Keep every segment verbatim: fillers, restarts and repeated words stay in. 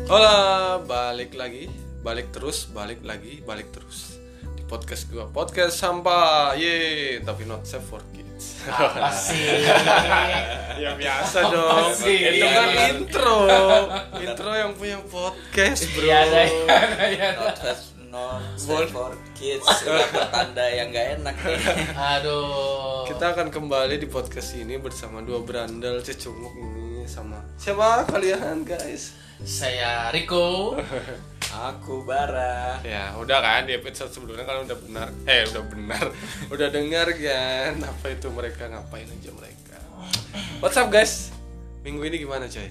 Hola, balik lagi, balik terus, balik lagi, balik terus di podcast gua, podcast sampah, ye, tapi not safe for kids. Apa sih? Ya biasa dong. sih? Itu kan intro, intro yang punya podcast, bro. Iya, ada, ada, ada. Not safe, not safe for kids. Udah pertanda yang gak enak nih. Aduh. Kita akan kembali di podcast ini bersama dua berandal cecunguk ini sama siapa kalian guys? Saya Riko. Aku Bara. Ya udah kan di episode sebelumnya kan udah benar eh udah benar udah dengar kan apa itu mereka ngapain aja mereka. What's up guys, minggu ini gimana coy?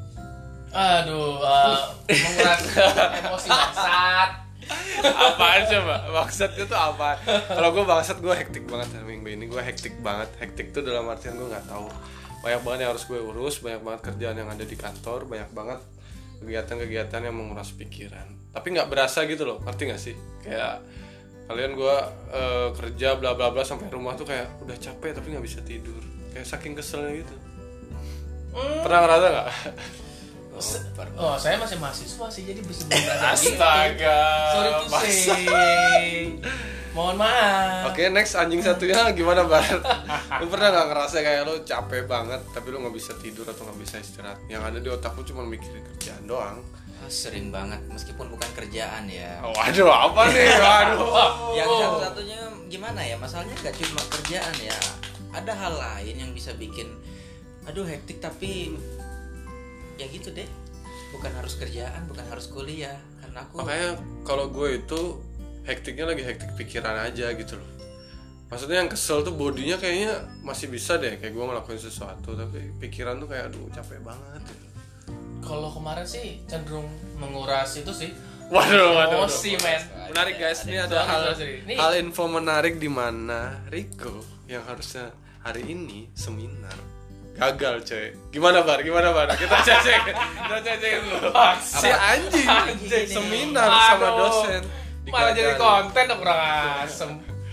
Aduh, uh, mengurangi emosi bangsat. Apaan coba maksudnya tuh apa? Kalau gue bangsat, gue hektik banget minggu ini. Gue hektik banget. Hektik tuh dalam artian gue nggak tahu, banyak banget yang harus gue urus, banyak banget kerjaan yang ada di kantor, banyak banget kegiatan-kegiatan yang menguras pikiran. Tapi nggak berasa gitu loh, ngerti nggak sih? Kayak kalian gue uh, kerja bla bla bla sampai rumah tuh kayak udah capek tapi nggak bisa tidur, kayak saking keselnya gitu. Hmm. Pernah ngerasa nggak? Oh, saya masih mahasiswa sih, jadi bisa berasa gitu. Astaga. Sorry to say. Mohon maaf. Oke, okay, next anjing satunya gimana Bar? Lu pernah nggak ngerasa kayak lu capek banget tapi lu nggak bisa tidur atau nggak bisa istirahat? Yang ada di otak lu cuma mikirin kerjaan doang. Oh, sering banget, meskipun bukan kerjaan ya. Oh, waduh, apa nih? Waduh. Yang satu-satunya gimana ya? Masalahnya gak cuma kerjaan ya. Ada hal lain yang bisa bikin aduh hektik, tapi ya gitu deh. Bukan harus kerjaan, bukan harus kuliah. Karena aku Makanya kalau gue itu hektiknya lagi hektik pikiran aja gitu loh. Maksudnya yang kesel tuh bodinya kayaknya masih bisa deh, kayak gue ngelakuin sesuatu, tapi pikiran tuh kayak aduh capek banget gitu. Kalau kemarin sih cenderung menguras itu sih. Waduh, waduh, Emosi, waduh. men. Menarik guys, ini ada Sorry, hal sorry, sorry. Nih. hal info menarik di mana Riko yang harusnya hari ini seminar gagal coy. Gimana Bar? Gimana Bar? Kita cek. Kita cek dulu. Si anjing Anjing ini. seminar sama Aduh. dosen. Malah jadi Digagalin. konten dong, kurang asem.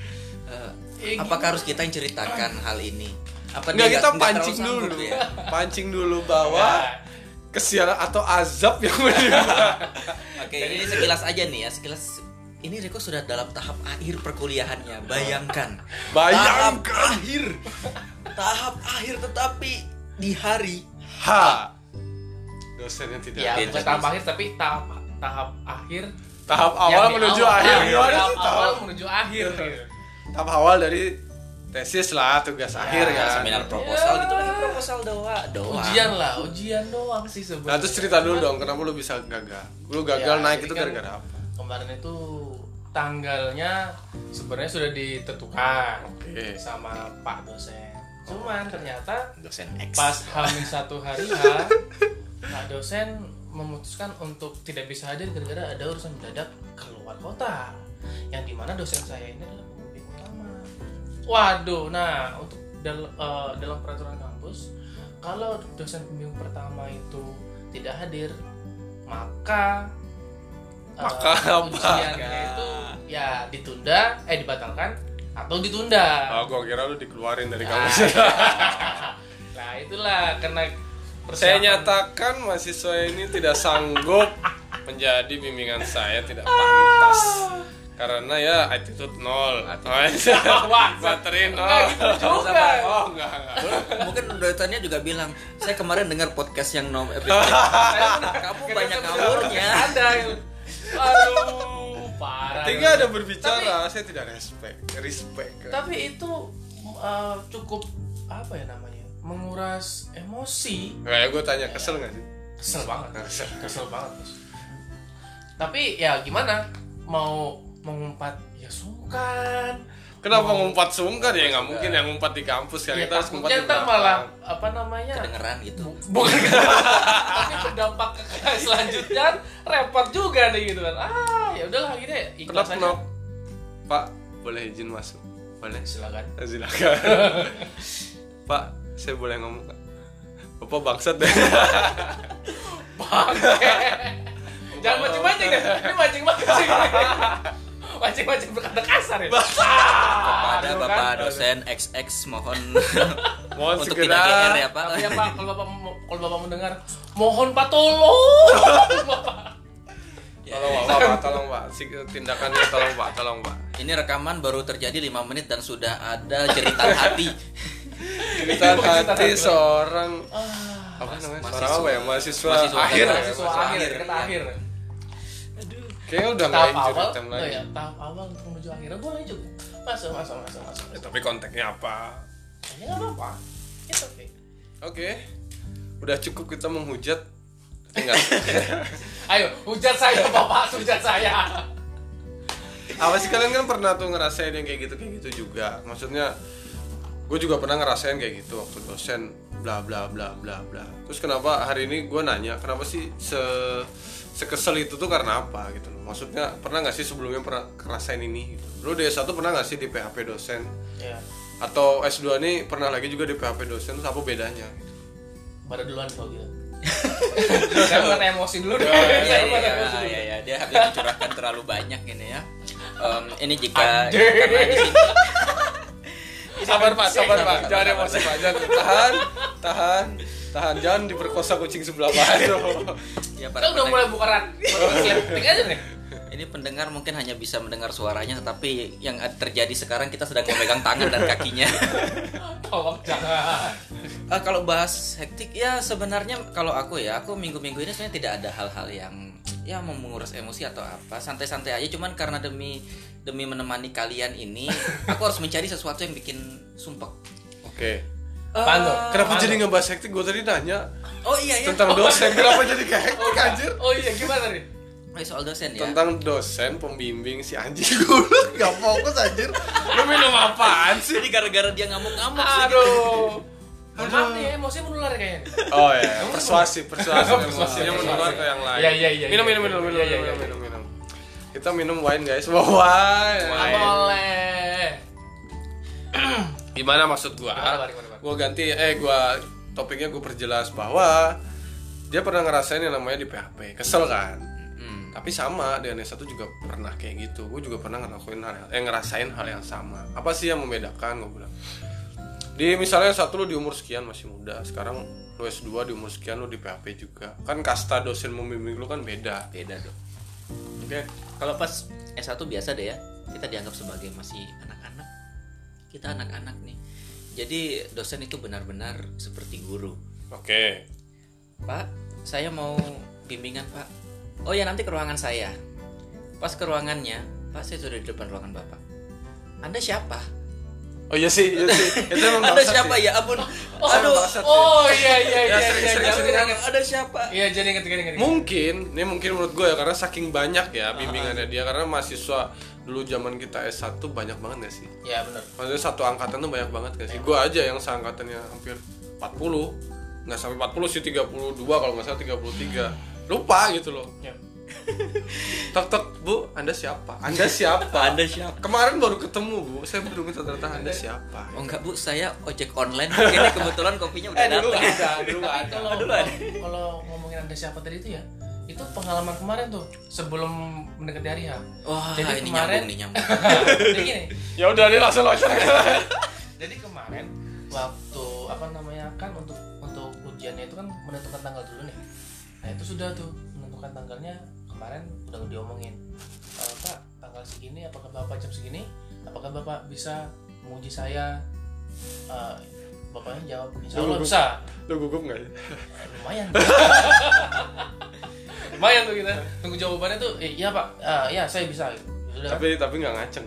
Eh, apakah harus kita yang ceritakan hal ini? Apa Enggak, dia kita nggak- nggak pancing terlalu dulu. sanggup ya? Pancing dulu bahwa kesialan atau azab yang menimpa. Oke, ini sekilas aja nih ya, sekilas ini Riko sudah dalam tahap akhir perkuliahannya. Bayangkan. Bayangkan. Tahap akhir. Tahap akhir tetapi di hari H. Dosennya tidak. Ya, Oke, bukan jadi- tahap akhir tapi tahap tahap akhir. Tahap awal yang di menuju awal. akhir. Nah, Gimana tahap sih awal tahap? menuju akhir. Tahap awal dari tesis lah, tugas akhir ya, kan. seminar proposal Ya. gitu lagi, proposal doa, doa. Ujian lah, ujian doang sih sebenarnya. Nah, terus cerita dulu dong, kenapa lu bisa gagal? Lu gagal Ya, naik jadi itu kan gara-gara apa? Kemarin itu tanggalnya sebenarnya sudah ditentukan Oke. sama Pak dosen. Cuman ternyata Dosen X. pas Hamin satu hari H, Pak dosen memutuskan untuk tidak bisa hadir gara-gara ada urusan mendadak keluar kota. Yang dimana dosen saya ini adalah pembimbing utama. Waduh, nah untuk dal- eh, dalam peraturan kampus, kalau dosen pembimbing pertama itu tidak hadir, maka eh, Maka apa? ujiannya itu ya ditunda, eh dibatalkan atau ditunda. Oh, gua kira lu dikeluarin dari Nah, kampus. nah itulah karena Saya persiapan- nyatakan mahasiswa ini tidak sanggup menjadi bimbingan saya, tidak pantas. Karena ya attitude nol. Materi nol. Enggak gitu juga. Oh, enggak, enggak. Mungkin dosennya juga bilang, saya kemarin dengar podcast yang nom episode. Kamu banyak ngawurnya. Ada. Aduh, parah. Ketika ada berbicara, saya tidak respect. Respect. Tapi itu uh, cukup apa ya namanya? Menguras emosi. Kayak gue tanya, kesel nggak sih? Kesel banget. Kesel. Kesel banget. Bos. Tapi ya gimana? Mau mengumpat ya sungkan. Kenapa Mau- ngumpat sungkan ya? Nggak Sungkan. mungkin yang ngumpat di kampus kan. Ya, Kita harus ngumpat takutnya di ntar belakang. malah apa namanya? Kedengeran gitu. Bukan tapi berdampak ke selanjutnya repot juga nih gitu kan. Ah, ya udahlah gini ikhlas Knock aja. knock. Pak, boleh izin masuk? Boleh? Silakan. Silakan. Pak, saya boleh ngomong Pak? Bapak bangsat deh. Jangan mancing-mancing deh. Ini mancing-mancing. Mancing-mancing berkata kasar ya. Kepada Aduh, Bapak kan? dosen X X mohon Mohon untuk segera. tidak G R ya Pak. Tapi ya Pak, kalau Bapak kalau Bapak mendengar, mohon Pak tolong. Bapak. Ya, Tolong Pak, Pak, tolong Pak. Si tindakannya tolong Pak, tolong Pak. ini rekaman baru terjadi lima menit dan sudah ada jeritan hati. Jeritan hati seorang Ah, apa namanya? mahasiswa. Seorang apa ya? Mahasiswa, Mahasiswa akhir ya. mahasiswa akhir, kita akhir. Kayaknya udah nggak Tahap injury awal, time oh lagi. ya, tahap awal untuk menuju akhirnya boleh juga. Masuk, masuk, masuk, masuk. Ya, tapi konteksnya apa? Ya nggak apa-apa. It's okay. Oke, udah cukup kita menghujat. Enggak. Ayo, hujat saya Bapak, hujat saya. Apa sih kalian kan pernah tuh ngerasain yang kayak gitu kayak gitu juga? Maksudnya, gue juga pernah ngerasain kayak gitu waktu dosen bla bla bla bla bla. Terus kenapa hari ini gue nanya, kenapa sih se sekesel itu tuh karena apa gitu loh? Maksudnya pernah nggak sih sebelumnya pernah ngerasain ini? Gitu. Lu D S satu pernah nggak sih di P H P dosen? Ya, Atau S dua nih pernah lagi juga di P H P dosen? Terus apa bedanya? Gitu? pada duluan kalau gitu. Saya bukan emosi dulu deh. Iya, Saya iya, bukan iya, emosi dulu. iya, iya. Dia habis mencurahkan terlalu banyak ini ya. Em, ini jika Ade. karena di sini Sabar Pak, sabar Pak, sabar, jangan sabar. emosi Pak, jangan tahan, tahan, tahan, jangan diperkosa kucing sebelah Pak. ya Kita para udah mulai pendengar, buka rat. Klik aja nih. ini pendengar mungkin hanya bisa mendengar suaranya, tetapi yang terjadi sekarang kita sedang memegang tangan dan kakinya. Tolong jangan. Eh, kalau bahas hektik ya sebenarnya kalau aku ya aku minggu-minggu ini sebenarnya tidak ada hal-hal yang ya mau menguras emosi atau apa, santai-santai aja, cuman karena demi demi menemani kalian ini aku harus mencari sesuatu yang bikin sumpek. Oke. Apaan tuh? Kenapa Apaan jadi tuh? ngebahas hektik? Gue tadi nanya Oh iya ya. tentang dosen, kenapa jadi kayak hektik anjir? Oh iya, gimana nih? Oh, soal dosen ya. Tentang dosen, pembimbing si anjing gue gak fokus anjir. Lu minum apaan sih? Jadi gara-gara dia ngamuk-ngamuk sih. Aduh. Mohon maaf nih, emosi menular kayaknya. Oh ya, persuasif, persuasif, Persuasif, emosinya menular ke yang lain. Iya, iya, iya, Minum, iya, minum, iya, minum, minum, iya, iya, minum, iya. minum, minum. Kita minum wine guys, wah wine. Nggak boleh. Gimana maksud gua? Gimana, Bang? Gimana, Bang? Gua ganti, eh gua topiknya gua perjelas bahwa dia pernah ngerasain yang namanya di P H P, kesel kan? Hmm. Tapi sama dengan S satu juga pernah kayak gitu. Gue juga pernah ngelakuin hal, eh ngerasain hal yang sama. Apa sih yang membedakan? Gue bilang. Di misalnya satu lu di umur sekian masih muda, sekarang lu S dua di umur sekian lu di P H P juga. Kan kasta dosen membimbing lu kan beda. Beda dong. Oke, kalau pas S satu biasa deh ya, kita dianggap sebagai masih anak-anak. Kita anak-anak nih. Jadi dosen itu benar-benar seperti guru. Oke. Pak, saya mau bimbingan Pak. Oh ya nanti ke ruangan saya. Pas ke ruangannya, Pak saya sudah di depan ruangan Bapak. Anda siapa? Oh iya sih, iya sih. Itu emang Anda bangsat siapa sih. ya ampun? Oh, Aduh, bangsat sih. oh iya iya Ya, iya sering- iya. sering- iya, sering- iya. Ada siapa? Iya, jadi inget inget inget. Mungkin, ini mungkin menurut gue ya karena saking banyak ya bimbingannya dia, karena mahasiswa dulu zaman kita S satu banyak banget gak sih? Ya benar. Maksudnya satu angkatan tuh banyak banget gak sih? Gue aja yang seangkatannya hampir empat puluh. Nggak sampai empat puluh sih, tiga puluh dua kalau nggak salah, tiga puluh tiga. Lupa gitu loh. Ya. Tok tok Bu, Anda siapa? Anda siapa? Anda siapa? Kemarin baru ketemu Bu, saya baru minta ternyata Anda siapa? Oh enggak Bu, saya ojek online. Ini kebetulan kopinya udah Eh dulu datang. ada, dulu Tapi ada. Kalau dulu ada. kalau ngomongin Anda siapa tadi itu ya, itu pengalaman kemarin tuh sebelum mendekati hari H. Wah, Jadi ini kemarin- nyambung nih nyambung. Jadi gini, Ya udah nih langsung langsung. jadi kemarin waktu apa namanya kan untuk untuk ujiannya itu kan menentukan tanggal dulu nih. Nah itu sudah tuh menentukan tanggalnya kemarin udah diomongin. Eh, Pak tanggal segini apakah Bapak jam segini? Apakah Bapak bisa menguji saya? Eh, Bapaknya jawab Insya Allah Gugup. bisa. Lu gugup nggak ya? Eh, lumayan. Lumayan tuh kita tunggu jawabannya tuh. Eh, iya Pak, Ah, ya saya bisa. Sudah. Tapi tapi nggak ngaceng.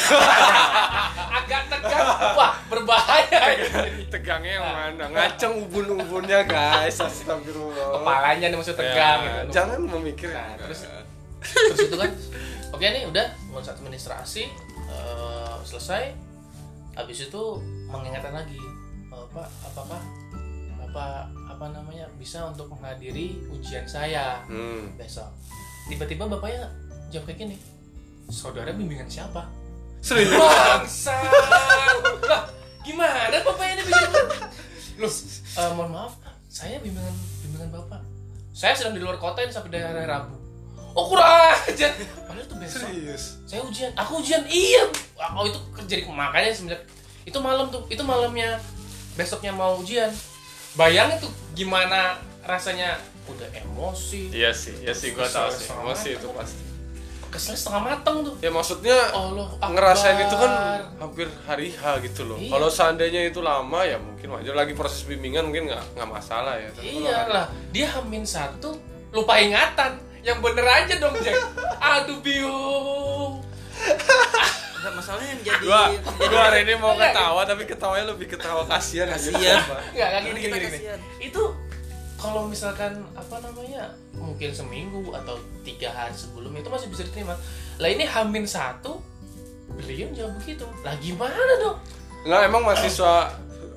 Agak tegang, wah berbahaya. Tegangnya yang mana? Ngaceng ubun-ubunnya guys. Astagfirullah. Kepalanya nih maksud tegang Ya, gitu. jangan memikir. Nah, terus terus itu kan, oke nih udah ngurus administrasi eh, selesai. Habis itu mengingatkan lagi, eh, Pak, apakah apa apa namanya bisa untuk menghadiri ujian saya Hmm. besok? Tiba-tiba bapaknya jawab kayak gini, saudara bimbingan siapa? Serius? Bangsat. Lah, gimana bapaknya ini bimbingan? Loh, eh, mohon maaf, saya bimbingan bimbingan bapak. Saya sedang di luar kota ini sampai dari hari Rabu. Oh kurang aja. Padahal itu besok. Serius? Saya ujian, aku ujian. Iya. Oh itu jadi makanya semenjak itu malam tuh, itu malamnya besoknya mau ujian. Bayangin tuh gimana rasanya, udah emosi. Iya sih, iya sih gua tahu sih. Kesel Emosi setengah itu pasti. Kesel setengah mateng tuh. Ya maksudnya Allah Akbar. ngerasain itu kan hampir hari H gitu loh. Iya. Kalau seandainya itu lama ya mungkin wajar, lagi proses bimbingan mungkin nggak nggak masalah ya. Tapi kalau hari- Iyalah, dia hamin satu lupa ingatan. Yang bener aja dong, Jack. Aduh bingung. Enggak, masalahnya yang jadi Gua jadi- gua hari ini mau Enggak. ketawa tapi ketawanya lebih ketawa kasihan aja. Kasihan. Sumpah. Enggak, enggak gini Kita gini gini. kasihan. Itu kalau misalkan apa namanya, mungkin seminggu atau tiga hari sebelum itu masih bisa diterima. Lah ini hamin satu, beliau jawab begitu. Lah gimana dong? Nggak, emang mahasiswa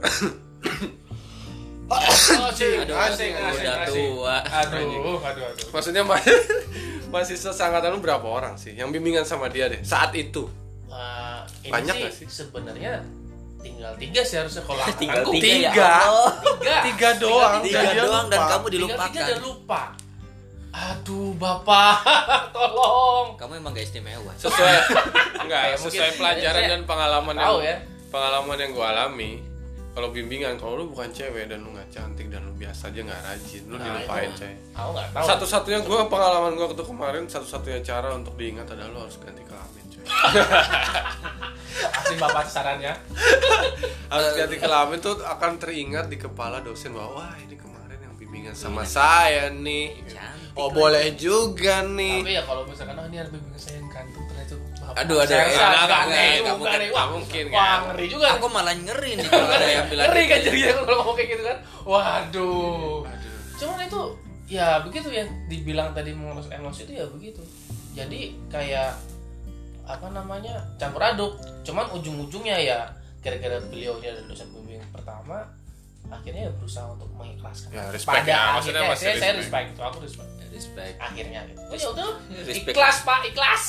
Oh, sih, Aduh, asing, udah asing, asing. tua. Aduh, aduh, aduh. maksudnya ma- mahasiswa seangkatan lu berapa orang sih yang bimbingan sama dia deh saat itu? Uh, ini Banyak sih, nggak sih? sebenarnya tinggal tiga sih harusnya kalau Tinggal angkatanku. tiga, ya Tiga. Allah. Tiga. Tiga doang. Tiga Dan dia doang dan lupa. kamu Tinggal dilupakan. tiga dan lupa. Aduh, Bapak, tolong. Kamu emang gak istimewa. Sesuai enggak, Ya, sesuai mungkin pelajaran saya dan pengalaman tahu yang ya. pengalaman yang gua alami. Kalau bimbingan, kalau lu bukan cewek dan lu nggak cantik dan lu biasa aja nggak rajin, lu Nah, dilupain itu coy. Aku nggak tahu. Satu-satunya gua pengalaman gua waktu kemarin, satu-satunya cara untuk diingat adalah lu harus ganti kelamin coy. Asli Bapak sarannya. Harus ganti kelamin tuh akan teringat di kepala dosen bahwa wah ini kemarin yang bimbingan sama saya nih. Cantik Oh lagi. boleh juga nih. Tapi ya kalau misalkan oh ini ada bimbingan saya yang gantung ternyata itu Bapak. Aduh, aduh, Saya eh, salah, enggak, nggak enggak, aneh enggak juga mungkin, nih. enggak Wah, mungkin, Wah, kan. ngeri juga. Aku malah ngeri nih kalau ada yang bilang Ngeri kan gitu. jadi kalau ngomong kayak gitu kan. Waduh. Aduh. Cuman itu ya begitu ya, dibilang tadi mengurus emosi itu ya begitu. Jadi kayak apa namanya, campur aduk. Cuman ujung-ujungnya ya gara-gara beliau ini adalah dosen pembimbing pertama, akhirnya ya berusaha untuk mengikhlaskan. Ya, respect Pada ya, maksudnya akhirnya masih saya, saya respect. respect itu, aku respect. Respect. Akhirnya gitu. Oh, ya udah, Respect. ikhlas Pak, ikhlas.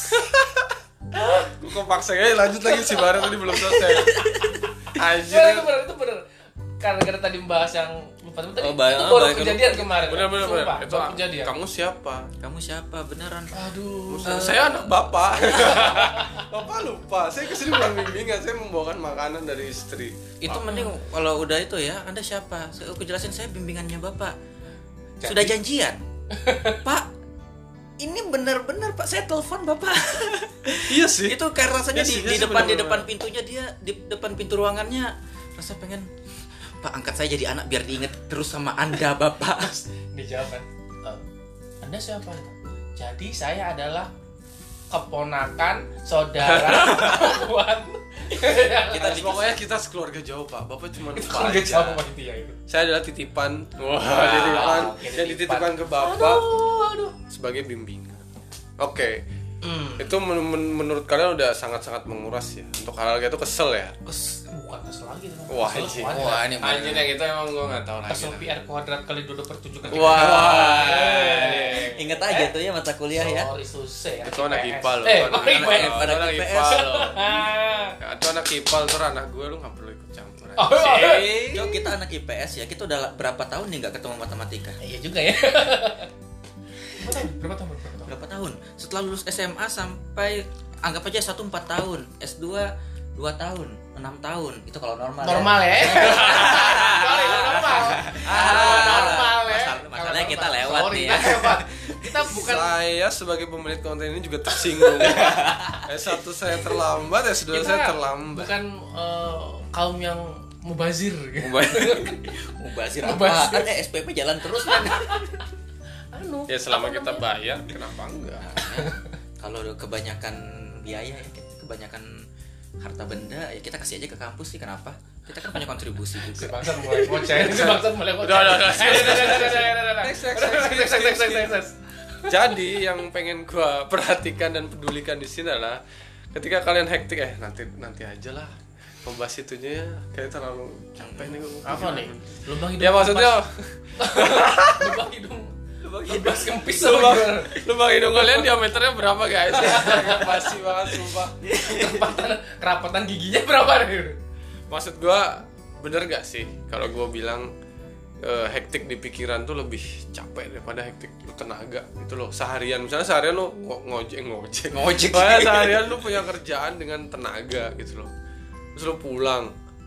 Gue kok paksa ya lanjut lagi si Barat tadi belum selesai. Anjir. Ya, itu benar, itu benar. Karena gara tadi membahas yang lupa tadi, Oh, itu bah- baru bah- kejadian kemarin. Bener bener bener. Sumpah, Itu baru kejadian. kamu siapa? Kamu siapa beneran? Aduh. Saya anak bapak. Bapak lupa. Saya kesini bukan bimbingan, saya membawakan makanan dari istri. Itu mending kalau udah itu ya, Anda siapa? Saya- Aku jelasin saya bimbingannya Bapak. Jadi- Sudah janjian. Pak, ini benar-benar Pak, saya telepon Bapak. Iya sih. Itu kayak rasanya Iya sih, di, iya di sih, depan di bener-bener. depan pintunya dia, di depan pintu ruangannya rasa pengen Pak angkat saya jadi anak biar diinget terus sama Anda Bapak. Dijawab kan, "Eh, Anda siapa?" Jadi saya adalah keponakan saudara perempuan. Kita pokoknya kita sekeluarga jauh pak. Bapak cuma lupa Keluarga aja. jauh sama intinya itu. Saya adalah titipan. Wah, Wah, titipan. oke, Yang titipan. dititipkan ke bapak Aduh, aduh. sebagai bimbingan. Oke. Hmm. Itu men- men- menurut kalian udah sangat-sangat menguras ya. Untuk hal kayak itu kesel ya. Kes, bukan kesel lagi tuh. Wah, Kesel anjing. kuadrat. Wah, ini Anjir yang itu emang gue nggak tahu lagi. Kesel Pi R kuadrat kali dua per tujuh kan. Wah. Ingat aja tuh ya mata kuliah ya. Soal isu C. Itu anak I P A loh. Eh, Itu anak I P A. anak- itu Anak anak I P I S. P A loh. Ah. Ya, itu anak I P A tuh anak gue, lu nggak perlu ikut campur. Oh, Sih. Cok, kita anak I P S ya, kita udah berapa tahun nih nggak ketemu matematika? Iya juga ya. Berapa tahun? Berapa tahun? Berapa tahun? Berapa tahun? Setelah lulus S M A sampai anggap aja satu empat tahun, S dua dua tahun, enam tahun. Itu kalau normal. Normal ya. Sorry, normal. Ah, Normal ya. masalah- masalahnya kita Normal. lewat Sorry, nih ya. kita lewat. Kita bukan Saya sebagai pemilik konten ini juga tersinggung. S satu saya terlambat, S dua kita saya terlambat. bukan eh, kaum yang mubazir gitu. Mubazir Mubazir. apaan? Eh S P P jalan terus kan. Anu. Ya selama apa kita namanya? bayar, kenapa enggak? Kalau udah kebanyakan biaya ya, kebanyakan harta benda ya kita kasih aja ke kampus sih, kenapa? Kita kan punya kontribusi Si juga. bangsat mulai ngoceh, si bangsat mulai ngoceh. Udah, udah, udah. Ayo, udah, udah, udah, udah, udah, udah. Next, next, Udah, next, next, next, next, next, next. Jadi yang pengen gua perhatikan dan pedulikan di sini adalah ketika kalian hektik eh nanti nanti aja lah membahas itunya ya, kayak terlalu capek nih gua. Apa nih? Lubang hidung. Ya maksudnya kompas. Lubang hidung. Lubang hidung kempis sama lubang, gimana? lubang hidung kalian diameternya berapa guys? Basi banget sumpah. Kerapatan, kerapatan giginya berapa nih? Maksud gua bener gak sih kalau gua bilang eh, hektik di pikiran tuh lebih capek daripada hektik lu tenaga gitu loh. Seharian misalnya seharian lu ngo- ngojek ngojek Ngojek. Makanya seharian lu punya kerjaan dengan tenaga gitu loh. Terus lu pulang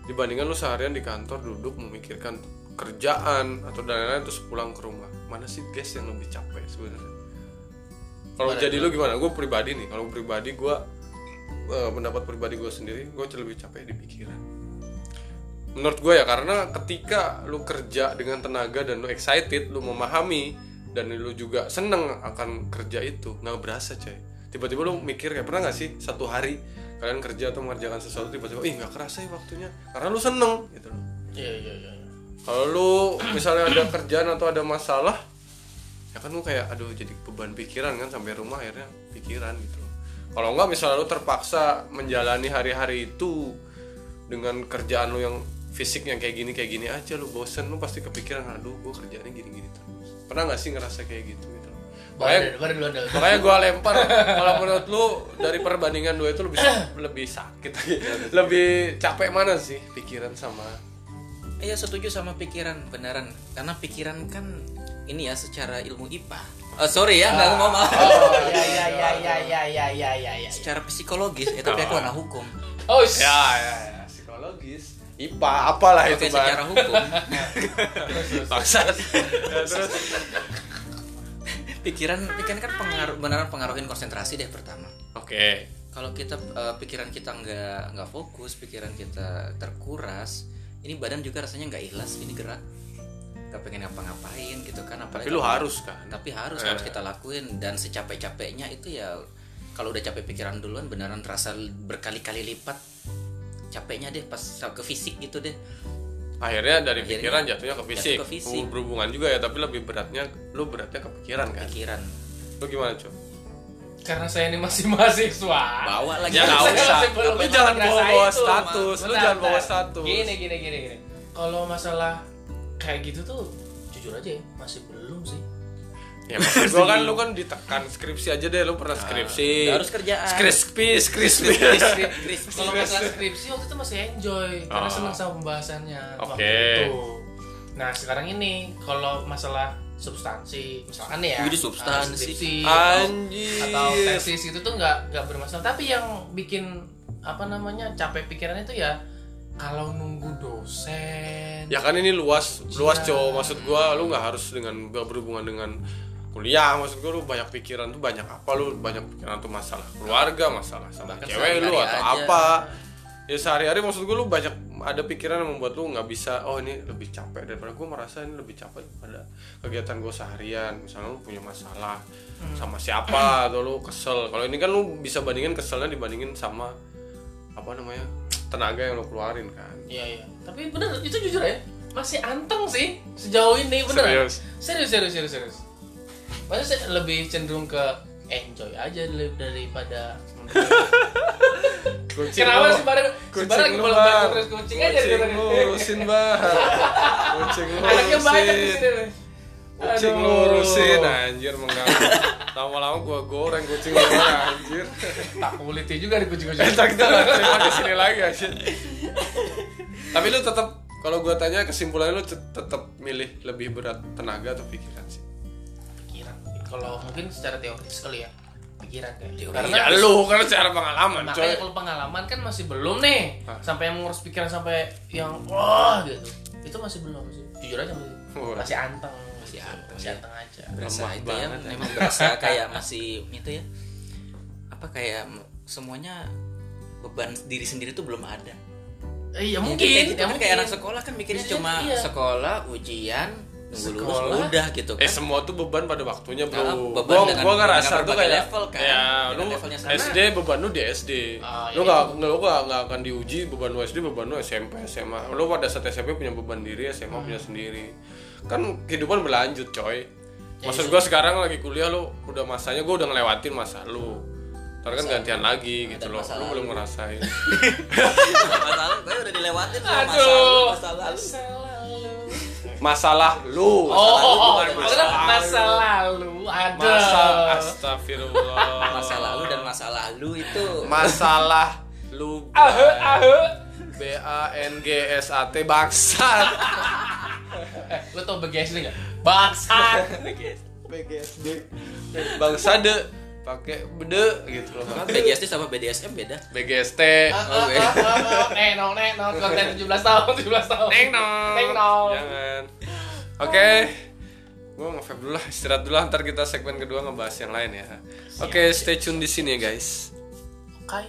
dibandingkan lu seharian di kantor duduk memikirkan kerjaan atau dan lain-lain terus pulang ke rumah. Mana sih guys yang lebih capek sebenarnya? Kalau jadi lu gimana? Gue pribadi nih, kalau pribadi gue uh, pendapat pribadi gue sendiri, gue lebih capek di pikiran. Menurut gue ya, karena ketika lu kerja dengan tenaga dan lu excited, lu memahami dan lu juga seneng akan kerja itu, nggak berasa coy. Tiba-tiba lu mikir ya, pernah nggak sih satu hari kalian kerja atau mengerjakan sesuatu tiba-tiba, ih nggak kerasa ya waktunya, karena lu seneng gitu loh. Iya iya iya. Kalau lu misalnya ada kerjaan atau ada masalah, ya kan lu kayak aduh jadi beban pikiran kan, sampai rumah akhirnya pikiran gitu loh. Kalau nggak misalnya lu terpaksa menjalani hari-hari itu dengan kerjaan lu yang fisik yang kayak gini kayak gini aja, lu bosen, lu pasti kepikiran aduh gue kerjaannya gini-gini terus. Pernah nggak sih ngerasa kayak gitu gitu? Makanya, makanya gue lempar. Kalau menurut lu dari perbandingan dua itu lebih lebih sakit, lebih capek mana sih pikiran sama? Iya setuju sama pikiran beneran, karena pikiran kan ini ya secara ilmu I P A. Oh, sorry ya nggak ah. ngomong. Oh ya ya ya ya ya ya ya ya ya. Secara psikologis, ya, tapi aku anak hukum. Oh ya ya ya psikologis. I P A apalah Oke, itu bang. Secara hukum. Bangsat. Terus pikiran pikiran kan pengaruh beneran pengaruhin konsentrasi deh pertama. Oke. Okay. Kalau kita uh, pikiran kita nggak nggak fokus, pikiran kita terkuras, ini badan juga rasanya nggak ikhlas, ini gerak, nggak pengen ngapa-ngapain gitu kan. Apalagi tapi lu harus kan. Tapi harus eh. harus kita lakuin, dan secapek-capeknya itu ya kalau udah capek pikiran duluan beneran terasa berkali-kali lipat capeknya deh pas ke fisik gitu deh. Akhirnya dari Akhirnya, pikiran jatuhnya ke fisik. Jatuh ke fisik. Berhubungan juga ya, tapi lebih beratnya lu beratnya ke pikiran kan. Pikiran. Lu gimana, Cok? Karena saya ini masih mahasiswa. Bawa lagi. Ya enggak usah. Tapi jangan bawa-bawa status. Lu jangan bawa status. Gini gini gini gini. Kalau masalah kayak gitu tuh jujur aja ya, masih belum sih. Ya maksud gua kan lu kan ditekan skripsi aja deh, lu pernah skripsi. Nah, harus kerjaan. Skripsi, skripsi. Kalau masalah skripsi waktu itu masih enjoy karena oh. senang sama pembahasannya. Oke. Okay. Nah, sekarang ini kalau masalah substansi, misalkan ya. Jadi substansi skripsi anjir atau tesis itu tuh nggak nggak bermasalah. Tapi yang bikin apa namanya capek pikiran itu ya kalau nunggu dosen. Ya kan ini luas, ujian. Luas cowok. Maksud gua lu nggak harus dengan berhubungan dengan kuliah, maksud gue lu banyak pikiran tuh banyak apa, lu banyak pikiran tuh masalah keluarga, masalah sama bahkan cewek lu atau aja. Apa ya sehari-hari, maksud gue lu banyak ada pikiran yang membuat lu nggak bisa, oh ini lebih capek daripada gue merasa ini lebih capek pada kegiatan gue seharian. Misalnya lu punya masalah hmm. sama siapa atau lu kesel, kalau ini kan lu bisa bandingin keselnya dibandingin sama apa namanya tenaga yang lu keluarin kan. Iya iya, tapi bener itu jujur ya masih anteng sih sejauh ini, bener. Serius serius serius serius, serius. Maksudnya saya lebih cenderung ke enjoy aja daripada kucing. Kenapa sih bareng kucing lagi bolak-balik terus kucing aja gitu kan. Ngurusin bah. Kucing ngurusin. Anaknya banyak di sini. Kucing ngurusin anjir, mengganggu. Lama-lama gua goreng kucing lu anjir. Tak kulitnya juga di kucing-kucing. Entar kita enggak terima di sini lagi anjir. Tapi lu tetap, kalau gua tanya kesimpulannya lu tetap milih lebih berat tenaga atau pikiran sih? Kalau mungkin secara teoritis kali ya pikiran kayak teori. Karena ya lu kan secara pengalaman makanya coy. Kalau pengalaman kan masih belum nih. Hah? Sampai yang mengurus pikiran sampai yang wah gitu itu masih belum sih, jujur aja masih oh. masih anteng masih anteng masih anteng aja, berasa itu ya memang berasa kayak masih itu ya apa kayak semuanya beban diri sendiri tuh belum ada. Iya mungkin kayak gitu ya, kan mungkin. Kayak anak sekolah kan mikirnya cuma iya. sekolah ujian nunggu lulus udah gitu kan. Eh semua tuh beban pada waktunya bro. Nah, gua gua ngerasa tuh kayak level kan. Ya lu S D beban lu di S D. Ah, lu enggak iya. lu enggak enggak akan diuji beban lu S D, beban lu S M P, S M A. Lu pada saat S M P punya beban diri, S M A hmm. punya sendiri. Kan kehidupan berlanjut coy. Maksud gua sekarang lagi kuliah lu udah masanya, gua udah ngelewatin masa lu. Ntar kan gantian lagi gitu loh. Lu belum ngerasain. Masalah gue udah dilewatin sama masa lalu, masa lalu. Masalah lu. Oh, oh, oh, masalah, masa lalu ada. Masa astagfirullah. Masa lalu dan masa lalu itu masalah lu. Ahe ahe. B A N G S A T bangsat. Eh, lu tau B G S D enggak? Bangsat. B G S D. Bangsade pakai bede gitu loh. Kan B G S T sama B D S M beda. B G S T. Oh, eh no nek no konten tujuh belas tahun tujuh belas tahun. Neng no. Neng no. Jangan. Oke. Gue nge-vape dulu lah, istirahat dulu, ntar kita segmen kedua ngebahas yang lain ya. Oke, stay tune di sini ya guys. Oke.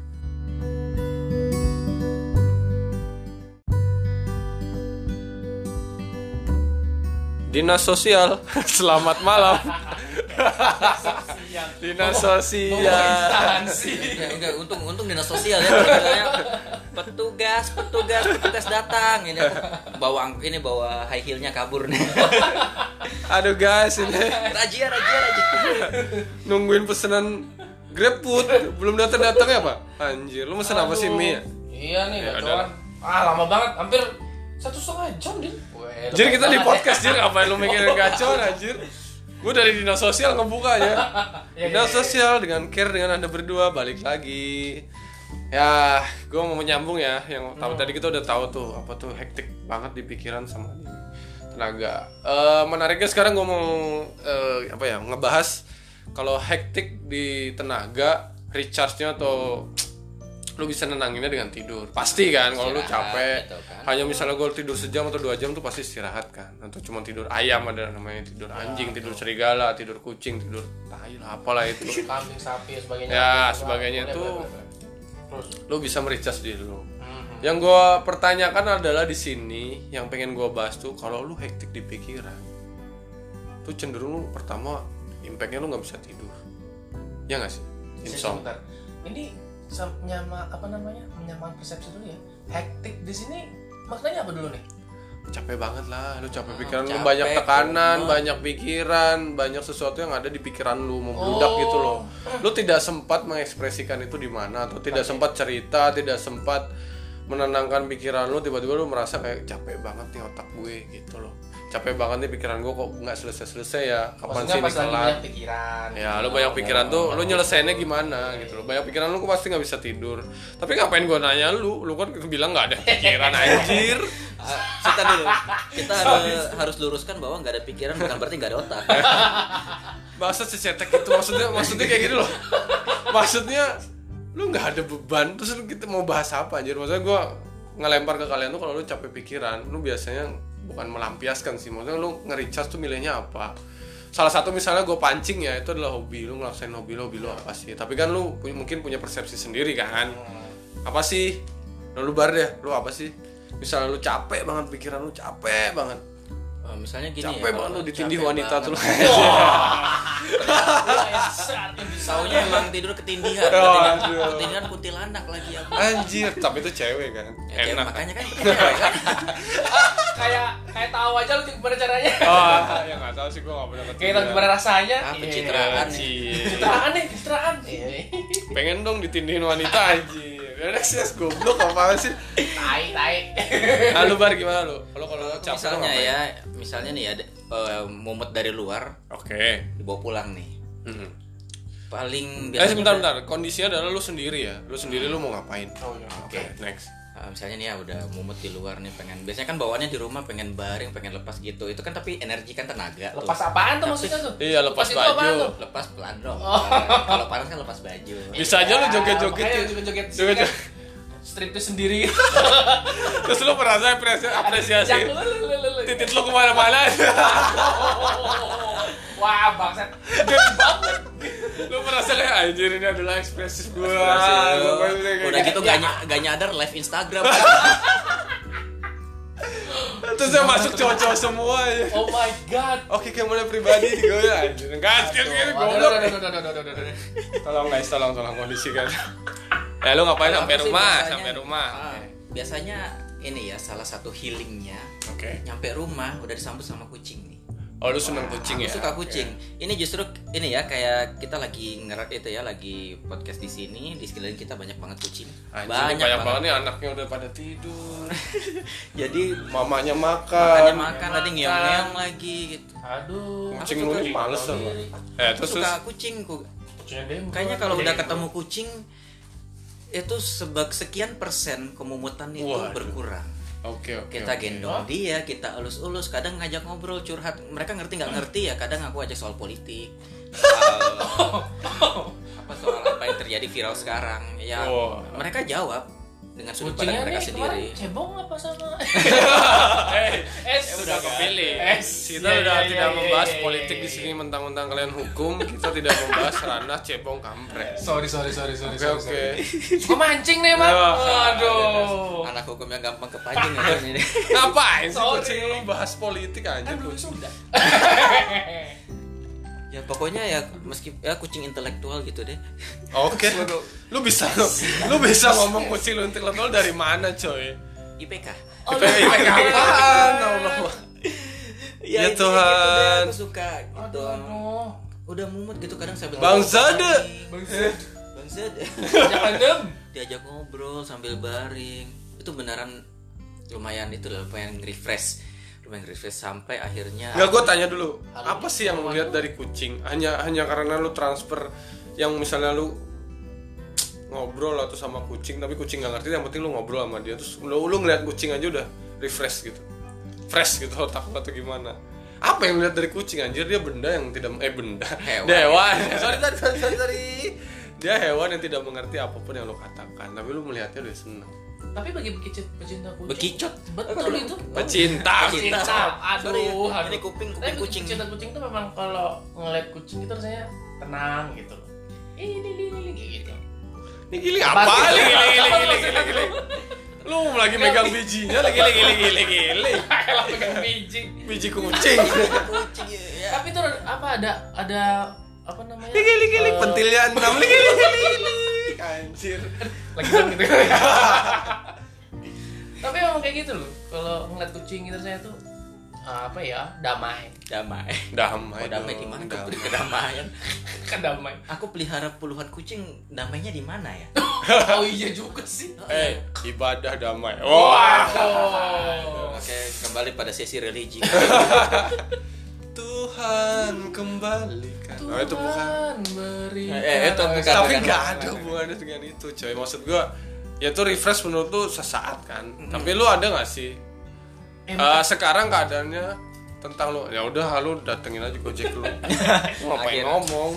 Dinas Sosial, selamat malam. Dinas Sosial. Ya, enggak, untung untung dinas sosial ya. Katanya, petugas, petugas, petugas datang. Ini bawa ini bawa high heel-nya kabur nih. Aduh guys, ini Rajia, rajia, rajia. nungguin pesanan GrabFood, belum datang-datang ya, Pak? Anjir, lu mesen apa sih, mie? Iya nih, Ya, gacoan. Ah, lama banget, hampir satu setengah jam din. Jadi kita di podcast Jir, ngapain lu mikirin gacor anjir? Gue dari dinas sosial ngebukanya. Dinas sosial dengan care dengan anda berdua balik lagi. Ya, gue mau menyambung ya. Yang tahu tadi kita udah tahu tuh apa tuh hektik banget di pikiran sama ini tenaga. Uh, menariknya sekarang gue mau uh, apa ya ngebahas kalau hektik di tenaga recharge-nya atau lu bisa nenanginnya dengan tidur. Pasti kan kalau lu capek gitu kan. hanya misalnya gue tidur sejam atau dua jam tuh pasti istirahat kan. Atau cuma tidur ayam ada namanya, tidur anjing, tidur serigala, tidur kucing, tidur tai lah apalah itu. Kambing, sapi dan sebagainya. Ya, Boleh, sebagainya boleh, itu boleh, boleh. Terus lu bisa mericas diri lu. Mhm. Yang gue pertanyakan adalah di sini yang pengen gue bahas tuh kalau lu hektik di pikiran tuh cenderung lu pertama impactnya lu nggak bisa tidur. Ya nggak sih? Insomnia. Sebentar. Ini sam- nyama apa namanya? Menyamakan persepsi dulu ya. Hektik di sini maknanya apa dulu nih? Capek banget lah, lu capek Hmm, pikiran, lu capek, banyak tekanan, bener. banyak pikiran, banyak sesuatu yang ada di pikiran lu membludak Oh. gitu loh. Lu tidak sempat mengekspresikan itu di mana atau tidak Oke. sempat cerita, tidak sempat menenangkan pikiran lu, tiba-tiba lu merasa kayak capek banget nih otak gue gitu loh. Capek banget nih pikiran gue kok nggak selesai-selesai ya. Kapan Maksudnya sih ini pas lagi kelar? banyak pikiran. Ya, lu banyak pikiran tuh, lu nyelesainnya gimana gitu loh. Banyak pikiran lu kok pasti nggak bisa tidur. Tapi ngapain gue nanya lu? Lu kan bilang nggak ada pikiran anjir. Ah, Kita dulu. Kita harus harus luruskan bahwa nggak ada pikiran bukan berarti nggak ada otak. Bahasa secetek itu maksudnya maksudnya kayak gini loh. Maksudnya lu nggak ada beban terus lu kita mau bahas apa anjir? Maksudnya gue ngelempar ke kalian tuh kalau lu capek pikiran, lu biasanya bukan melampiaskan sih, maksudnya lu nge-recharge tuh milihnya apa? Salah satu misalnya gue pancing ya, itu adalah hobi, lu ngelakuin hobi lu, hobi lu apa sih? Tapi kan lu pu- mungkin punya persepsi sendiri kan? Apa sih? Nah, lu bar deh, lu apa sih? Misalnya lu capek banget pikiran lu capek banget, Oh, misalnya gini capek ya. banget lu kalau ditindih capek wanita banget. tuh lu. Taunya emang tidur ketindihan. Oh, Ketindihan, aduh. ketindihan kuntilanak lagi ya. Anjir, tapi itu cewek kan? Ya, cewek, Enak. makanya kan cewek kan. kayak kayak tahu aja lu gimana caranya. Oh, ya nggak tahu sih gue nggak pernah ketemu. Kayak tahu gimana rasanya. Ah, Iya. pencitraan. Anjir. Pencitraan nih, pencitraan. Iya. Pengen dong ditindihin wanita anjir. Udah sih goblok apa sih? Tai, tai. Halo Bar gimana lu? Kalau kalau capek Misalnya lu ngapain? ya, misalnya nih ada eh, mumet dari luar Oke. dibawa pulang nih. Hmm. Paling Eh sebentar bentar. Kondisinya adalah lu sendiri ya. Lu sendiri lu mau ngapain? Oh iya. Oke, next. Ah, misalnya nih ya udah mumet di luar nih pengen biasanya kan bawaannya di rumah pengen baring pengen lepas gitu itu kan tapi energi kan tenaga tuh. Lepas apaan tuh maksudnya tuh? Iya, lepas itu apaan baju. tuh? Lepas pelan dong. Oh. Kalau panas kan lepas baju. Bisa aja lu joget-joget Makanya ya. joget-joget di sini Joget-joget. kan. Striptease sendiri. Terus lu merasa apresiasi, apresiasi. Jak, lu, lu, lu, lu, lu. Titit lu kemana-mana. Wah, bangsat. Gede banget. Lu merasa kayak anjir ini adalah ekspresif gua. Ekspresi lu. Udah gitu gak, ny- gak nyadar live Instagram. Terus saya masuk cowok-cowok semua ya. Oh my god. Oke, kayak mulai pribadi gue ya anjir. Enggak, sekali-sekali Aduh, goblok. aduh, aduh, aduh, aduh, aduh, aduh. Tolong guys, tolong tolong kondisikan. Ya lu ngapain Kalau sampai aku sih rumah, biasanya- sampai rumah. Ah, biasanya ini ya salah satu healingnya Oke. nyampe rumah udah disambut sama kucing nih. Oh, lu seneng kucing Aku ya? suka kucing. Ini justru ini ya kayak kita lagi ngerak itu ya lagi podcast di sini di sekeliling kita banyak banget kucing. Anjing, banyak, banyak banget nih anaknya udah pada tidur. Jadi Mamanya makan. makannya makan tadi ngeong-ngeong lagi gitu. Aduh. Kucing Aku lu suka nih males tahu sama. diri. Eh, terus Suka terus kucing ku. Kucingnya demo. Kayaknya kalau udah Demo. ketemu kucing itu sebab sekian persen kemumutan itu Waduh. berkurang. Oke, oke. Kita oke. gendong dia, kita elus-elus, kadang ngajak ngobrol, curhat. Mereka ngerti nggak ngerti ya, kadang aku ajak soal politik. soal apa soal apa yang terjadi viral sekarang. Ya Oh. mereka jawab dengan sudut pandang Kucingnya mereka nih sendiri. kemarin cebong apa sama? Eh, Es sudah kepilih. Es. Kita Iya, udah iya, tidak iya, membahas iya, politik iya, di iya. sini mentang-mentang kalian hukum, kita tidak membahas ranah cebong kampret. Sorry sorry sorry sorry. Oke oke. Gue mancing nih bang. Ya. Aduh. Anak hukum yang gampang kepancing ya ini. Ngapain sih Sorry. kucing lu bahas politik aja Kan belum kucing? sudah. Ya pokoknya ya meski ya kucing intelektual gitu deh. Oke. Lu bisa lu, lu bisa ngomong kucing lu intelektual dari mana, coy? I P K. Oh, I P K apaan? Allah. Ya intinya Tuhan. gitu deh, aku suka gitu. Aduh. Udah mumet gitu kadang sambil Bang ngobrol Zade. pagi. Bangsat. Bang Zade. Jangan dem. Diajak ngobrol sambil baring. Itu beneran lumayan itu loh, lumayan refresh. Lumayan refresh sampai akhirnya Enggak, gue tanya dulu. Halo. Apa sih yang lu lihat dari kucing? Hanya hanya karena lu transfer yang misalnya lu ngobrol atau sama kucing tapi kucing nggak ngerti, yang penting lu ngobrol sama dia terus lu, lu ngeliat kucing aja udah refresh gitu, fresh gitu otak lu atau gimana? Apa yang lu lihat dari kucing anjir? Dia benda yang tidak eh benda Hewan. dewan sorry, sorry sorry sorry sorry dia hewan yang tidak mengerti apapun yang lu katakan tapi lu melihatnya udah seneng. Tapi bagi pecinta, pecinta kucing. Bekicot. Betul itu. Pecinta Pecinta. Aduh, Sorry, aduh. ini kuping kuping Tapi kucing. pecinta kucing tuh memang kalau ngeliat kucing itu rasanya tenang gitu. Ini ini ini gitu. ini gili Apa apa? sih? Gili gili gili gili gili lu lagi megang bijinya lagi gili gili gili gili Kalau pegang biji. biji kucing. Kucing ya. Tapi itu apa ada ada apa namanya? Gili gili gili Eh, pentilnya enam gili gili gili anjir. lagi dong gitu. Tapi emang kayak gitu loh. Kalau ngeliat kucing gitu saya tuh apa ya, damai. Damai. Damai. Oh, damai di dong, mana? damai. Kau kedamaian. Kan damai. Aku pelihara puluhan kucing, damainya di mana ya? Oh iya juga sih. Eh, ibadah damai. Waduh. Oke, kembali pada sesi religi. Tuhan kembalikan. Oh, itu bukan. Tuhan beri. Eh, itu bukan. Tapi bukan. nggak ada hubungannya dengan itu, coy. Maksud gua, ya itu refresh menurut lu sesaat kan. Tapi lu ada nggak sih? Eh, Eh, sekarang keadaannya tentang lu, ya udah lu datengin aja Gojek lu. Lu ngapain Akhirnya. ngomong?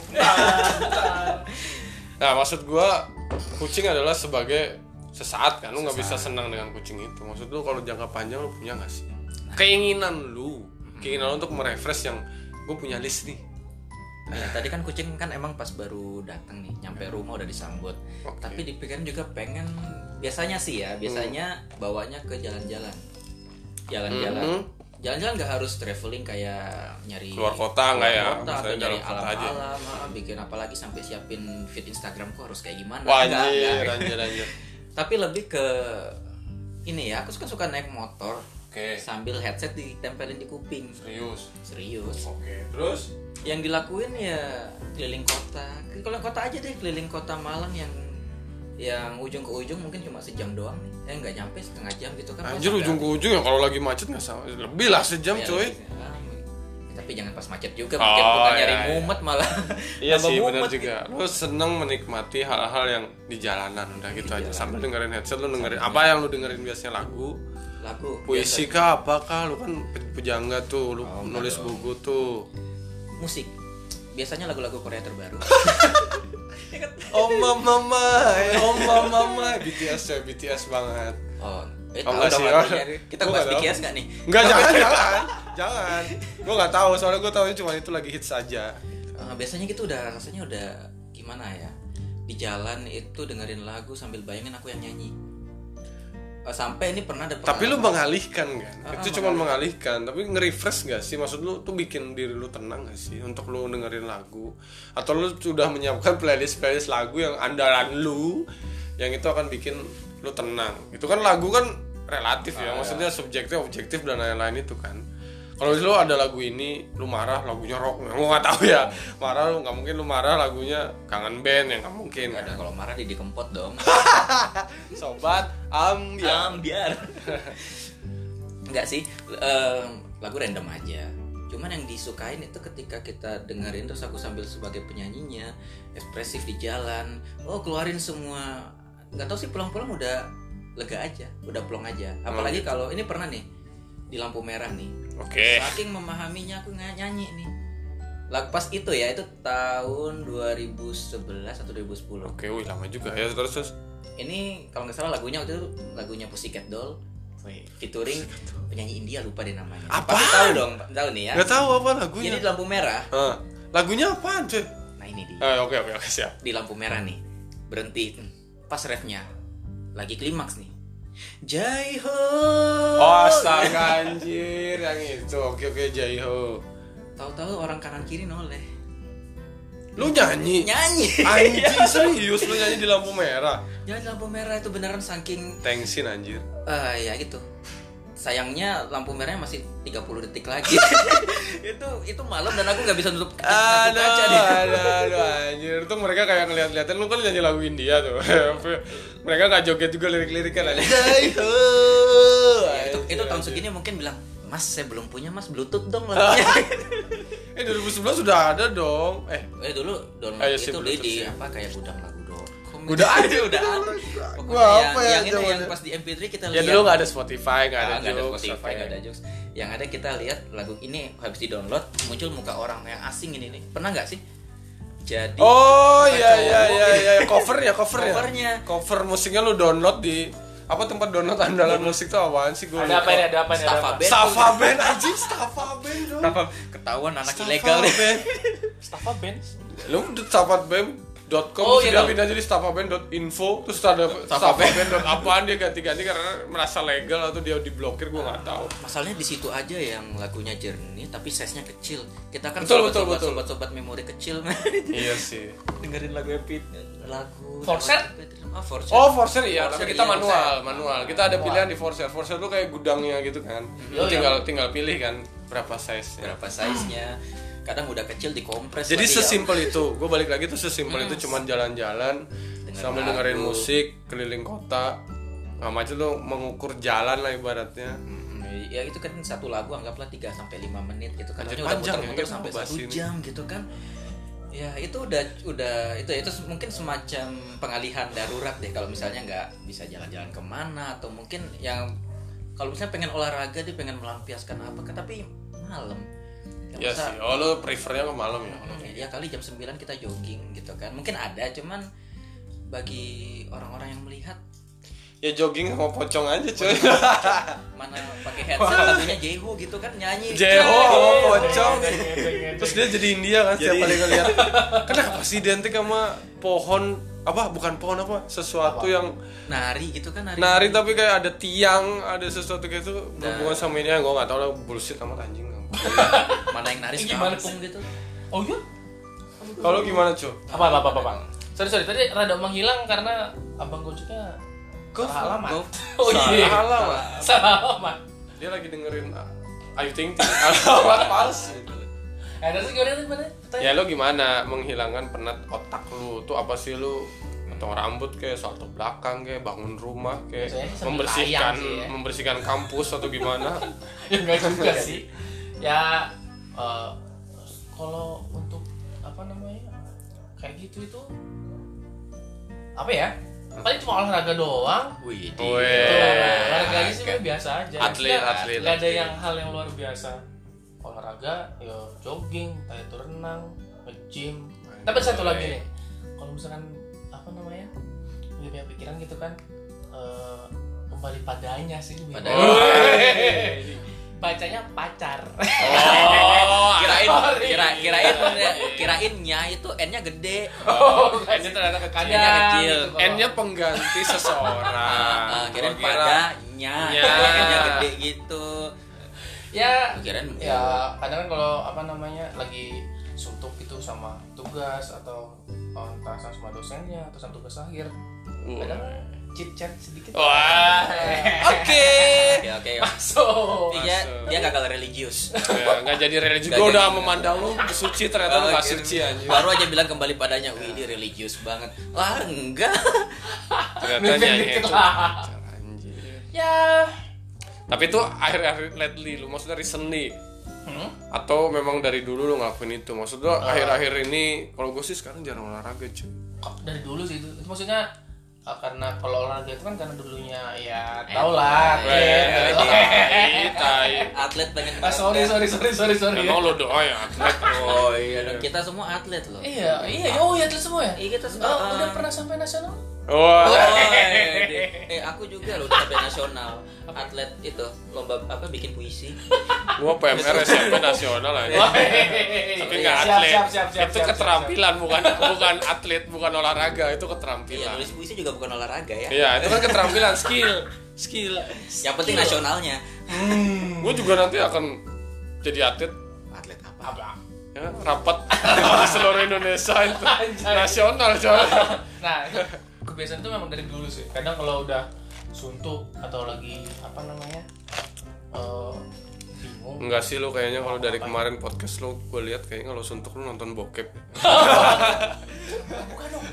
Nah, maksud gua kucing adalah sebagai sesaat kan, lu nggak bisa senang dengan kucing itu. Maksud lu kalau jangka panjang lu punya nggak sih keinginan lu, keinginan lu untuk merefresh yang gue punya list nih. Ya, tadi kan kucing kan emang pas baru datang nih, nyampe rumah udah disambut. Oke. Tapi dipikirin juga pengen, biasanya sih ya, biasanya bawanya ke jalan-jalan. Jalan-jalan. Mhm. Jalan-jalan nggak harus traveling kayak nyari Keluar kota nggak ya? keluar kota, atau Misalnya nyari dalam kota aja. alam-alam, ah, bikin apalagi sampai siapin feed Instagramku harus kayak gimana. Wah, Nggak, anjir, nggak. anjir, anjir. Tapi lebih ke ini ya, aku suka suka naik motor Oke, sambil headset ditempelin di kuping. serius. Serius. Oke, terus? Yang dilakuin ya keliling kota, keliling kota aja deh, keliling kota Malang yang yang ujung ke ujung mungkin cuma sejam doang nih, eh nggak nyampe setengah jam gitu kan. Anjir, Pas ujung ke sampai- ujung ya kalau lagi macet nggak sama, lebih lah sejam Ya, coy. ya, tapi jangan pas macet juga, Oh, mungkin bukan nyari iya, iya. mumet malah. Iya Tambah sih, benar mumet juga. Lu seneng menikmati hal-hal yang di jalanan, udah gitu aja. jalanan. Sambil dengerin headset, lu dengerin apa yang lu dengerin biasanya lagu, Lagu puisi biasa- kah, apakah? Lu kan pe- pujangga tuh, lu Oh, nulis enggak dong. buku tuh. musik. Biasanya lagu-lagu Korea terbaru. Oh mama, oh mama, B T S ya, B T S banget. Oh, eh, Oh, tahu enggak dong sih, lagunya. oh. Kita Gua bahas nggak B T S tahu. nggak nih? Enggak, jangan, jangan, jangan. Gue nggak tahu, soalnya gue tahu cuma itu lagi hits aja. Eh, biasanya gitu udah rasanya udah gimana ya, di jalan itu dengerin lagu sambil bayangin aku yang nyanyi. Eh, sampai ini pernah ada Tapi lu pengalaman- mengalihkan kan? Ah, itu ah, cuma mengalihkan, tapi nge-refresh gak sih? Maksud lu tuh bikin diri lu tenang gak sih untuk lu dengerin lagu? Atau lu sudah menyiapkan playlist-playlist lagu yang andalan lu yang itu akan bikin lu tenang? Itu kan lagu kan relatif ya, Ah, maksudnya subjektif, objektif dan lain-lain itu kan. Kalau lu ada lagu ini, lu marah lagunya rock, gua nggak tahu ya. Marah lu nggak mungkin lu marah lagunya kangen band ya nggak mungkin. Nggak ada, Kan? kalau marah di dikempot dong. Sobat ambiar. biar. Enggak sih, eh, lagu random aja. Cuman yang disukain itu ketika kita dengerin terus aku sambil sebagai penyanyinya ekspresif di jalan. Oh, keluarin semua. Nggak tahu sih, pulang-pulang udah lega aja, udah plong aja. Apalagi kalau ini pernah nih di lampu merah nih. Oke. Saking memahaminya aku nggak nyanyi nih. Lagu pas itu ya, itu tahun dua ribu sebelas atau dua ribu sepuluh. Oke, wih lama juga ya. Terus terus. Ini kalau nggak salah lagunya waktu itu lagunya Pussycat Doll, featuring penyanyi India, lupa deh namanya. Apa? Pasti tahu dong, tahu nih ya. Gak tahu apa lagunya. Ini di lampu merah. Hah. Lagunya apaan cuy? Nah ini di Eh, oke oke oke siap. di lampu merah nih, berhenti. Pas refnya lagi klimaks nih. Jai ho. Oh, astaga anjir yang itu. Oke oke Jaiho. Tahu-tahu orang kanan kiri noleh. Lu nyanyi? Nyanyi. Anjing serius lu nyanyi di lampu merah? Jangan lampu merah itu beneran saking Thanksin anjir. ah ya gitu. Sayangnya lampu merahnya masih tiga puluh detik lagi. itu itu malam dan aku nggak bisa nutup kaca Aduh, deh. aduh, aduh, anjir. Tuh mereka kayak ngeliat-liatin lu kan nyanyi lagu India tuh. Mereka nggak joget juga lirik-liriknya lah. Jaiho. Ya, itu itu tahun segini mungkin bilang, Mas saya belum punya mas, Bluetooth dong lagunya. Eh dua ribu sebelas sudah ada dong. Eh, eh dulu download Ah, iya sih, itu di, Bluetooth di sih. apa kayak gudang lagu dot com. Udah ada, udah ada. Gua Pokoknya apa yang, ya yang ini yang zamannya? pas di M P tiga kita ya lihat. dulu nggak ada Spotify, nggak ada Ah, nggak ada jokes, Spotify, oke. nggak ada jokes. Yang ada kita lihat lagu ini habis di download muncul muka orang yang asing ini nih. Pernah nggak sih? Jadi Oh muka iya cowok iya iya gitu. iya cover ya cover ya. Covernya. Cover musiknya lu download di apa tempat download andalan musik tuh apaan sih gue? Ada apa ini? Ada apa ini? Ada Staffa apa? Band. Staffa Band anjing, Staffa Band dong. Kenapa ketahuan anak Staffa ilegal deh. Band. Staffa Band. Lu udah staffaband dot com Oh, terus iya, dia tahu. pindah jadi staffaband dot info terus ada staffaband dot apaan dia ganti-ganti karena merasa legal atau dia diblokir gue nggak tahu. Masalahnya di situ aja yang lagunya jernih tapi size-nya kecil. Kita kan Betul, betul, sobat-sobat betul. sobat-sobat memori kecil. Iya sih. Dengerin lagu M P lagu Forset? Ah, Forset. Oh, Forcer iya, Forcer, tapi kita iya, manual, Forcer. manual. Kita ada pilihan di Forcer. Forcer tuh kayak gudangnya gitu kan. Lu Oh, iya. tinggal tinggal pilih kan berapa size-nya. Berapa size-nya? Kadang udah kecil dikompres. Jadi berarti ya. sesimpel itu. Gue balik lagi tuh sesimpel itu cuman jalan-jalan Dengerin sambil lagu. dengerin musik keliling kota. Nah, macam tuh mengukur jalan lah ibaratnya. Mm, ya itu kan satu lagu anggaplah tiga sampai lima menit gitu kan. Anjir, Udah panjang ya, muter-muter kita sampai mau bahas satu ini. jam gitu kan. Ya itu udah udah itu itu mungkin semacam pengalihan darurat deh kalau misalnya nggak bisa jalan-jalan kemana atau mungkin yang kalau misalnya pengen olahraga dia pengen melampiaskan apa kan tapi malam. Ya, Iya masa- sih. Oh, lu prefernya ke malam ya? Ya kali jam sembilan kita jogging gitu kan. Mungkin ada cuman bagi orang-orang yang melihat Ya jogging sama pocong aja cuy. mana pakai headset lagunya Jehu gitu kan nyanyi. Jeho sama pocong. Terus Terus dia jadi India kan setiap kali ngeliat. Kenapa sih identik sama pohon apa bukan pohon apa sesuatu yang Nari gitu kan nari. nari tapi kayak ada tiang ada sesuatu kayak itu berhubungan sama ini gue nggak tahu lah bullshit amat anjing. Mana yang nari Ini gimana sekampung gitu. Oh iya? Kalau gimana cuy? Apa apa apa apa bang? Sorry sorry tadi rada menghilang karena abang gojeknya salah alamat. Go. Oh iya. Salah alamat. Salah alamat. Dia lagi dengerin Ayu Ting Ting alamat palsu. Eh terus gimana tadi mana? Ya lo gimana menghilangkan penat otak lu tuh apa sih lu potong rambut kayak salto belakang kayak bangun rumah kayak Biasanya sih sambil membersihkan layang sih ya. membersihkan kampus atau gimana? Ya enggak juga sih. Ya eh, kalau untuk apa namanya kayak gitu itu apa ya? Paling cuma olahraga doang. Wih, di- Weh. Olahraganya sih mah biasa aja. Atlet, Nggak- atlet, nggak ada atlet. yang hal yang luar biasa. Olahraga, ya jogging, entah itu renang, nge-gym. Tapi ada satu lagi nih. Kalau misalkan apa namanya? Punya punya pikiran gitu kan eh, kembali padanya sih. Padanya. Weh. Bacanya pacar. Oh, kirain Sorry. kira kirain kirain nya itu n-nya gede. Oh, N-nya ternyata kecil. kadang kecil. gitu kalau- N-nya pengganti seseorang. Ah, ah, kirain Gua kira- padanya Nya. n-nya gede gitu. Ya, Kirain ya kadang kan kalau apa namanya lagi suntuk gitu sama tugas atau oh, entah sama dosennya atau sama tugas akhir kadang chit chat sedikit. Wah. Oke. Oke oke. Masuk. Dia Masuk. dia gagal religius. Ya, nggak jadi religi. Nggak Gue udah jadi. memandang lu suci ternyata lu nggak Oke. suci anjing. Baru aja bilang kembali padanya, wih dia religius banget. Wah enggak. Ternyata nyanyi Dikit itu. lah. Anjir. Ya. Tapi itu akhir-akhir lately lu maksudnya recently Hmm? atau memang dari dulu lu ngelakuin itu? Maksudnya akhir-akhir ini kalau gue sih sekarang jarang olahraga cuy. Kok dari dulu sih itu, itu maksudnya Ah, karena kalau olahraga itu kan karena dulunya ya Eh, tau lah eh, atlet. eh, Tai, tai. Atlet pengen Ah, sorry sorry sorry sorry sorry. Emang lu doang ya atlet? Oh iya, dan kita semua atlet loh. Iya iya oh iya atlet semua ya. Iya, kita semua. Oh, udah pernah sampai nasional? Wah. Oh, eh, eh aku juga loh sampai nasional. Atlet itu lomba apa bikin puisi. Gua P M R S M P nasional aja. Tapi nggak Siap, atlet. siap, siap, siap, Itu siap, keterampilan bukan bukan atlet, bukan olahraga, itu Iya, keterampilan. nulis puisi juga bukan olahraga ya. Iya, itu kan keterampilan, skill, skill. Yang penting nasionalnya. Gue juga nanti akan jadi atlet, Atlet apa? Apa? ya, rapat di seluruh Indonesia itu Anjay. nasional coy. Nah, itu kebiasaan itu memang dari dulu sih. Kadang kalau udah suntuk atau lagi apa namanya? eh, bingung. Enggak sih lu kayaknya kalau dari kemarin podcast lu gue lihat kayaknya kalau suntuk lu nonton bokep. Bukan dong.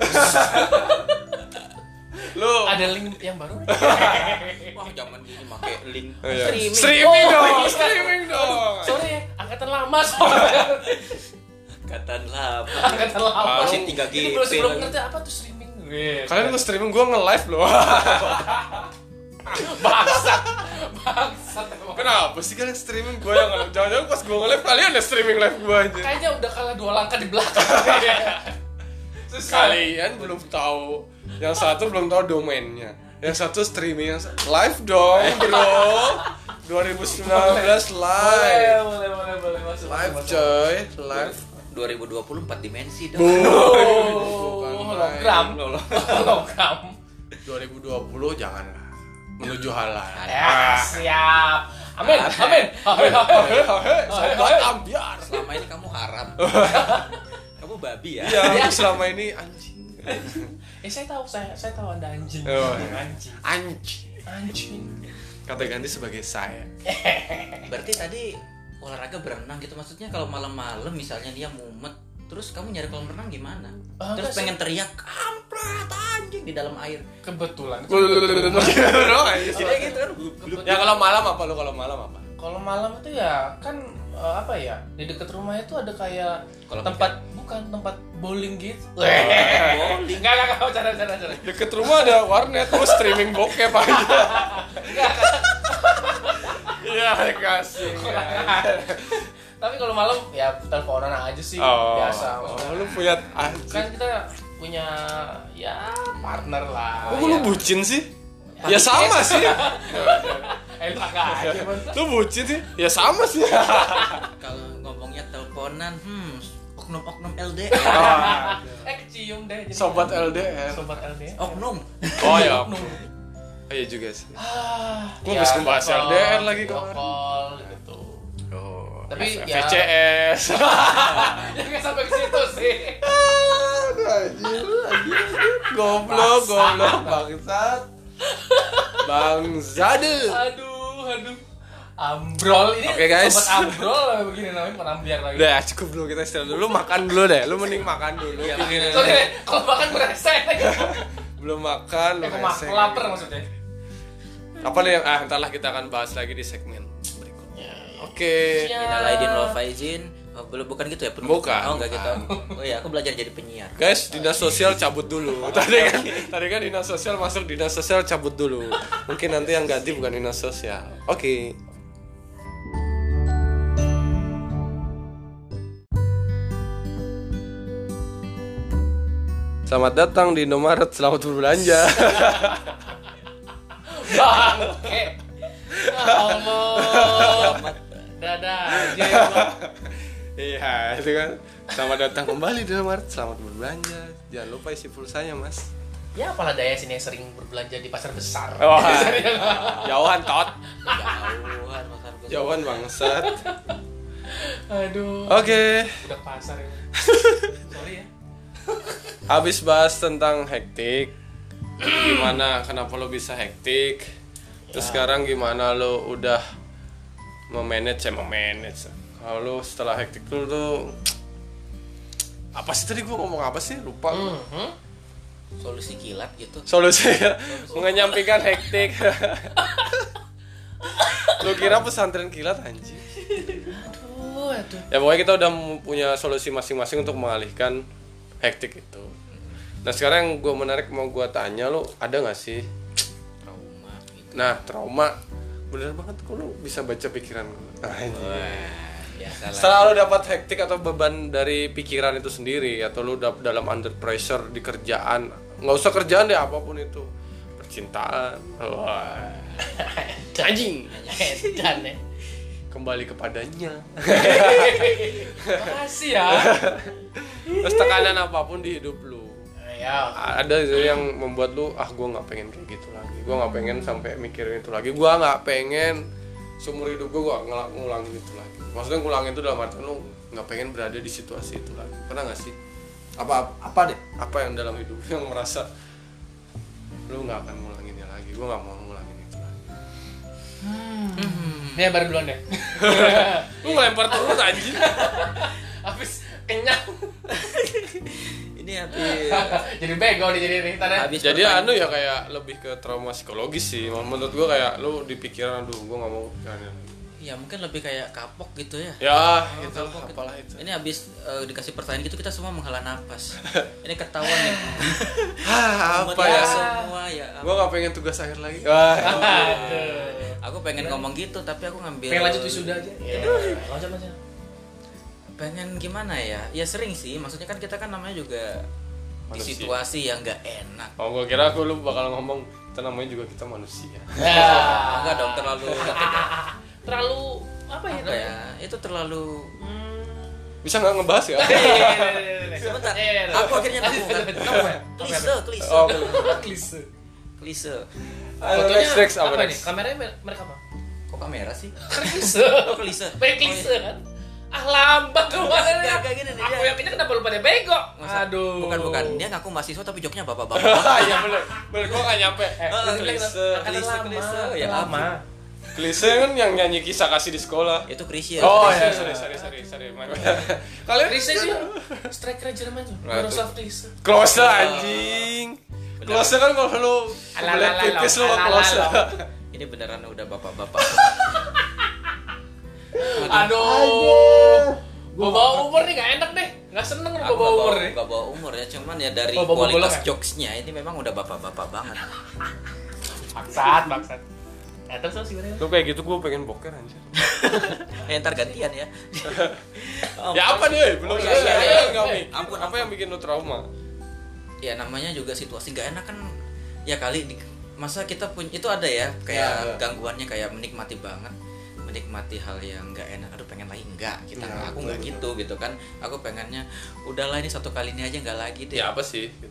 Lu Ada link yang baru nih. Wah, zaman ini pakai link oh, iya. streaming. streaming Oh, dong, iya. streaming dong. Sorry ya, angkatan lama soalnya. Angkatan lama. Angkatan lama. Masih tiga G Jadi P belum belum lagi. ngerti apa tuh streaming. Wih, Kalian gue streaming gue nge-live loh. bangsat. Bangsat. emang. Kenapa sih kalian streaming gue yang nge-live? Jangan-jangan pas gue nge-live kalian ada streaming live gue aja. Kayaknya udah kalah dua langkah di belakang. Susah. Kalian belum tahu. Yang satu belum tahu domainnya. Yang satu streaming, yang satu live dong, bro. dua ribu sembilan belas live. Boleh, boleh, boleh masuk. Live masuk, coy, live. dua ribu dua puluh empat dimensi dong. Oh, Bukan hologram. main. Hologram. dua ribu dua puluh janganlah. Menuju halal. Ya, siap. Amin, amin. Amin, amin. Sobat ambiar. Selama ini kamu haram. Kamu babi ya? Iya, aku selama ini anjing. Eh, saya tahu, saya saya tahu Anda anjing. Oh, iya. Anjing. Anjing. Anjing. Kata ganti sebagai saya. Berarti tadi olahraga berenang gitu, maksudnya kalau malam-malam misalnya dia mumet, terus kamu nyari kolam renang gimana? Ah, Terus enggak pengen teriak kampret anjing di dalam air. Kebetulan. Jadi gitu kan. Ya kalau malam apa lu kalau malam apa? Kalau malam itu ya kan eh, apa ya? Di dekat rumah itu ada kayak Kolam tempat bukan tempat bowling gitu. Bowling. Enggak, enggak, enggak, cara cara cara. Deket rumah ada warnet, lu streaming bokep aja. Iya, kasih. Tapi kalau malam ya teleponan aja sih Oh, biasa. oh, maksudnya. lu punya Kan anjing. kita punya ya partner lah. Kok ya. lu bucin sih? Ya sama sih. Enak aja, Bang. Lu bucin sih? Ya sama sih. Kalau ngomongnya teleponan, hmm, oknum-oknum L D R. Eh kecium deh jadi. Sobat L D R. Sobat L D R. Oknum. Oh ya. Oknum. Oh iya juga sih. Ah, Gua habis ngebahas call, L D R lagi video kemarin. call gitu. Oh. Tapi V ya- C S. Ya nggak sampai ke situ sih. Aduh anjir, anjir. Goblok, goblok bangsat. Bang Zade. Aduh, aduh. Ambrol ini. Oke, guys. Sobat ambrol lah begini namanya penambiar lagi. Udah cukup dulu kita istirahat dulu. Lu makan dulu deh. Lu mending makan dulu. Iya, Pikirin. Soalnya kalau makan beresek. Belum makan, Eh, lu kok mak- resek. lapar maksudnya. Apa nih yang ah entarlah kita akan bahas lagi di segmen berikutnya. Oke. Siap. Minal aidin wal faizin. Oh, belum bukan gitu ya? Pen- Bukan, Oh, enggak gitu. bukan. Oh iya, aku belajar jadi penyiar. Guys, dinas sosial cabut dulu. Tadi kan, tadi kan dinas sosial masuk dinas sosial cabut dulu. Mungkin nanti yang ganti bukan dinas sosial. Oke. Selamat datang di Indomaret, selamat berbelanja. Bangke. Ya Allah. Dadah aja ya, Bang. Iya, itu kan. Selamat datang kembali di Indomaret, selamat berbelanja. Jangan lupa isi pulsanya, Mas. Ya apalah daya sini yang sering berbelanja di pasar besar. Wah, jauhan tot, Jauhan pasar besar. jauhan bangsat. Aduh. Oke, Udah pasar ya. Sorry ya. habis bahas tentang hektik, gimana, kenapa lo bisa hektik, terus sekarang gimana lo udah memanage, ya memanage. Kalau lo setelah hektik tuh tuh apa sih tadi gue ngomong apa sih, lupa. gua. Mhm. Solusi kilat gitu. Solusi menyampingkan hektik. Lo kira pesantren kilat anjing? Aduh, aduh. Ya pokoknya kita udah punya solusi masing-masing untuk mengalihkan hektik itu. Nah sekarang yang gue menarik mau gue tanya lo, ada nggak sih Trauma gitu. nah trauma bener banget kok lo bisa baca pikiran gue. Biasalah. Setelah lo dapat hektik atau beban dari pikiran itu sendiri, atau lo dap- dalam under pressure di kerjaan, nggak usah kerjaan deh, apapun itu, percintaan, wah, anjing, Edan ya. kembali kepadanya. Makasih ya. Terus tekanan apapun di hidup lu, Ya. ada yang membuat lu, ah gue nggak pengen kayak gitu lagi, gue nggak pengen sampai mikirin itu lagi, gue nggak pengen seumur hidup gue gue ngel- ngulangin itu lagi. Maksudnya ngulangin itu dalam artian lu nggak pengen berada di situasi itu lagi. Pernah nggak sih? Apa apa deh? Apa yang dalam hidup lu yang merasa lu nggak akan ngulanginnya lagi? Gue nggak mau ngulangin itu lagi. Hmm. Ini baru duluan deh. Lu ngelempar terus anjing. Habis kenyang. Ini habis Jadi bego nih jadi nih tanda. habis Jadi pertanyaan- anu ya kayak lebih ke trauma psikologis sih. Menurut gue kayak lu di pikiran, aduh gue nggak mau pikirannya. ya mungkin lebih kayak kapok gitu ya. Ya, Oh, gitu kapok gitu. apalah itu. Ini habis eh, dikasih pertanyaan gitu kita semua menghela napas. Ini ketahuan nih. Hah, apa Buat ya? semua ya. Gue nggak pengen tugas akhir lagi. Wah. Aduh. Aku pengen ngomong gitu tapi aku ngambil Pengen lanjut wisuda aja. Iya. Lanjut aja. pengen gimana ya? Ya sering sih. Maksudnya kan kita kan namanya juga di Manusia. situasi yang nggak enak. Oh, gue kira aku lu bakal ngomong, kita namanya juga kita manusia. Ya. Enggak dong terlalu Terlalu apa ya? apa ya? Itu terlalu Hmm. Bisa nggak ngebahas ya? Sebentar. Eh, Aku akhirnya nemu kan. Klise, klise. Oh, klise. Klise. Ayo, next, next, apa apa nih? next? Kameranya mer- merek apa? Kok kamera sih? Klise. Oh, klise. Pengen klise kan? Ah lambat kemarin. Enggak, enggak gini nih, Aku dia. yang ini kenapa lu pada bego? Masa- Aduh. Bukan bukan. Dia ngaku mahasiswa tapi joknya bapak-bapak. Iya bener, bener gue nggak nyampe. Eh, Ah, klise, klise, klise, klise. Ya, lama. Klise kan yang nyanyi kisah kasih di sekolah. Itu Krisya. Oh Klise. ya, sorry, sorry, sorry, sorry. Kalian Klise sih. Striker Jerman tuh. Nah, Miroslav Klise. close anjing. Close kan kalau lu Alalala, kebelet pipis lu close. alalala. Ini beneran udah bapak-bapak. Aduh. Gua bawa umur nih gak enak deh. Gak seneng lu Aku bawa umur nih. Gak bawa umur ya, cuman ya dari Oh, bawa kualitas golongan. jokesnya ini memang udah bapak-bapak banget. Bangsat, bangsat. Eh, terus terus gimana? Lu kayak gitu gue pengen boker anjir. Eh, ntar gantian ya. Oh, Ya apa nih? Belum Oh, iya, selesai. iya, Ayo, iya. nggak, Mi. Ampun, Apa yang bikin lu trauma? Ya namanya juga situasi gak enak kan. Ya kali di, masa kita punya itu ada ya kayak Ya, ya. gangguannya kayak menikmati banget. Menikmati hal yang nggak enak, aduh pengen lagi enggak kita Ya, nggak, aku betul, nggak betul. gitu gitu kan, aku pengennya udahlah ini satu kali ini aja nggak lagi deh. Ya apa sih gitu.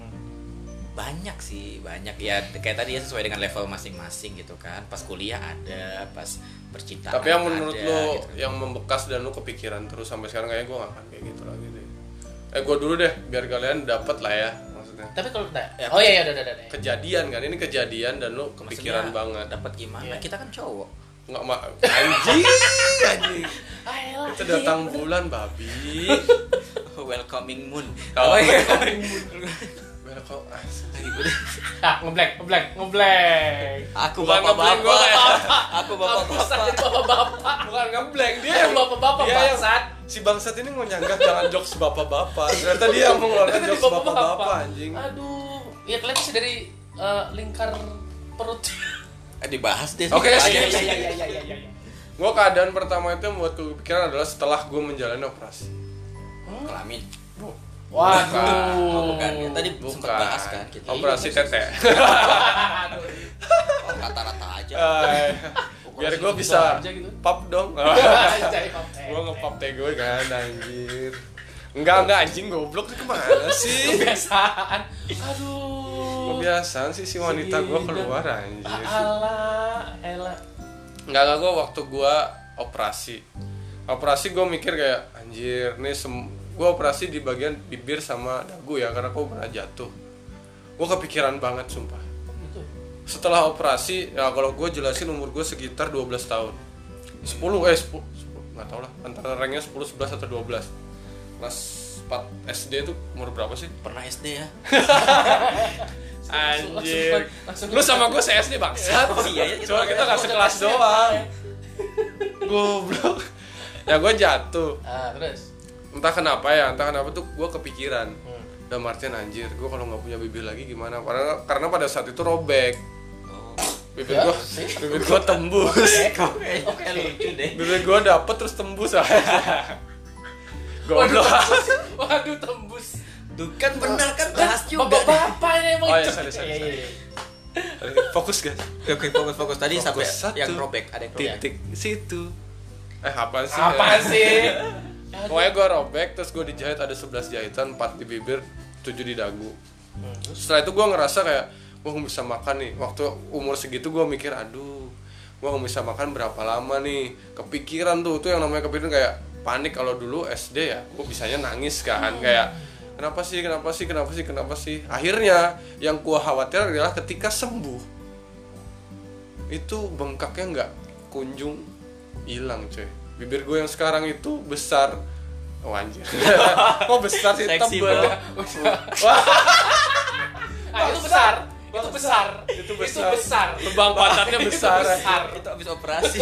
Banyak sih banyak ya kayak tadi ya sesuai dengan level masing-masing gitu kan, pas kuliah ada, pas percintaan Tapi yang menurut ada, lu gitu. yang membekas dan lu kepikiran terus sampai sekarang, kayaknya gue gak akan kayak gitu lagi deh. Eh gue dulu deh biar kalian dapat lah ya maksudnya. Tapi kalau nah, Ya, oh iya iya udah udah udah. Kejadian kan, ini kejadian dan lu kepikiran Maksudnya banget. dapat gimana, Iya. kita kan cowok. Nggak ma anjing anjing. Ayolah. Itu datang bulan babi. Welcoming moon. Oh, iya. Welcome. Ah, ngeblank, ngeblank, ngeblank. Aku Bukan ngeblank gua bapak-bapak. kayak- Aku Bangsat bapak-bapak. jadi bapak-bapak. Bukan ngeblank dia. Dia bapak-bapak Dia yang- bangsat. Si bangsat ini mau nyanggap jangan jokes bapak-bapak. Ternyata dia yang mengeluarkan Jadi jokes bapak-bapak anjing. Aduh, ya kelihatan sih dari eh, lingkar perut. Eh, dibahas deh. Oke, Aja. sih. Iya iya iya iya iya iya. Gue keadaan pertama itu yang membuat gue kepikiran adalah setelah gue menjalani operasi. Kelamin. Waduh. Oh, bukan. Ya, tadi sempat Bukan. bahas kan kita. Operasi tete. Aduh. Oh, rata-rata aja. Ay, biar gue bisa aja gitu. pap dong. Anjay, Pak. Gue ngepap teh gue kan anjir. Enggak enggak anjing, goblok ini kemana sih? Kebiasaan. Aduh. Kebiasaan sih si wanita gue keluar anjir. Alah, elah. Enggak enggak, gue waktu gue operasi. Operasi gue mikir kayak anjir nih sem gue operasi di bagian bibir sama dagu ya karena gue pernah jatuh. Gue kepikiran banget sumpah. Itu. Setelah operasi ya kalau gue jelasin umur gue sekitar dua belas tahun. sepuluh eh sepuluh, sepuluh nggak tahu lah antara ranknya sepuluh, sebelas atau dua belas. Kelas empat S D itu umur berapa sih? Pernah S D ya? Anjir. langsung- Lu sama gue se-S D bangsat. Oh, iya, iya. Cuma kita gak sekelas doang. Goblok. Ya gue jatuh. Ah, terus. Entah kenapa ya, entah kenapa tuh gue kepikiran. Hmm. Dalam artian anjir, gue kalau nggak punya bibir lagi gimana? Karena karena pada saat itu robek. Bibir Ya, gue, sih. bibir gue tembus. Oke lucu deh. Bibir gue dapet terus tembus aja. Waduh, Goblok. tembus. Waduh, tembus. Tuh kan bener kan bahas juga. Bapak-bapak ini emang Oh, iya, itu. sorry, sorry, Iya, sorry. iya. Fokus guys. Oke fokus fokus tadi Fokus sampai satu. yang robek ada yang robek. Titik situ. Eh apa sih? Apa sih? Pokoknya gue robek, terus gue dijahit ada sebelas jahitan, empat di bibir, tujuh di dagu. Hmm. Setelah itu gue ngerasa kayak gue nggak bisa makan nih. Waktu umur segitu gue mikir, aduh, gue nggak bisa makan berapa lama nih. Kepikiran tuh, tuh yang namanya kepikiran kayak panik. Kalau dulu S D ya, gue bisanya nangis kan, kayak kenapa sih, kenapa sih, kenapa sih, kenapa sih. Akhirnya yang gue khawatir adalah ketika sembuh, itu bengkaknya nggak kunjung hilang coy. Bibir gue yang sekarang itu besar. Oh anjir. Kok besar sih, Seksi tebel. banget. Wah, Ah, itu besar. Itu besar. itu Itu besar. besar. Lubang pantatnya Itu besar. besar. Itu habis operasi.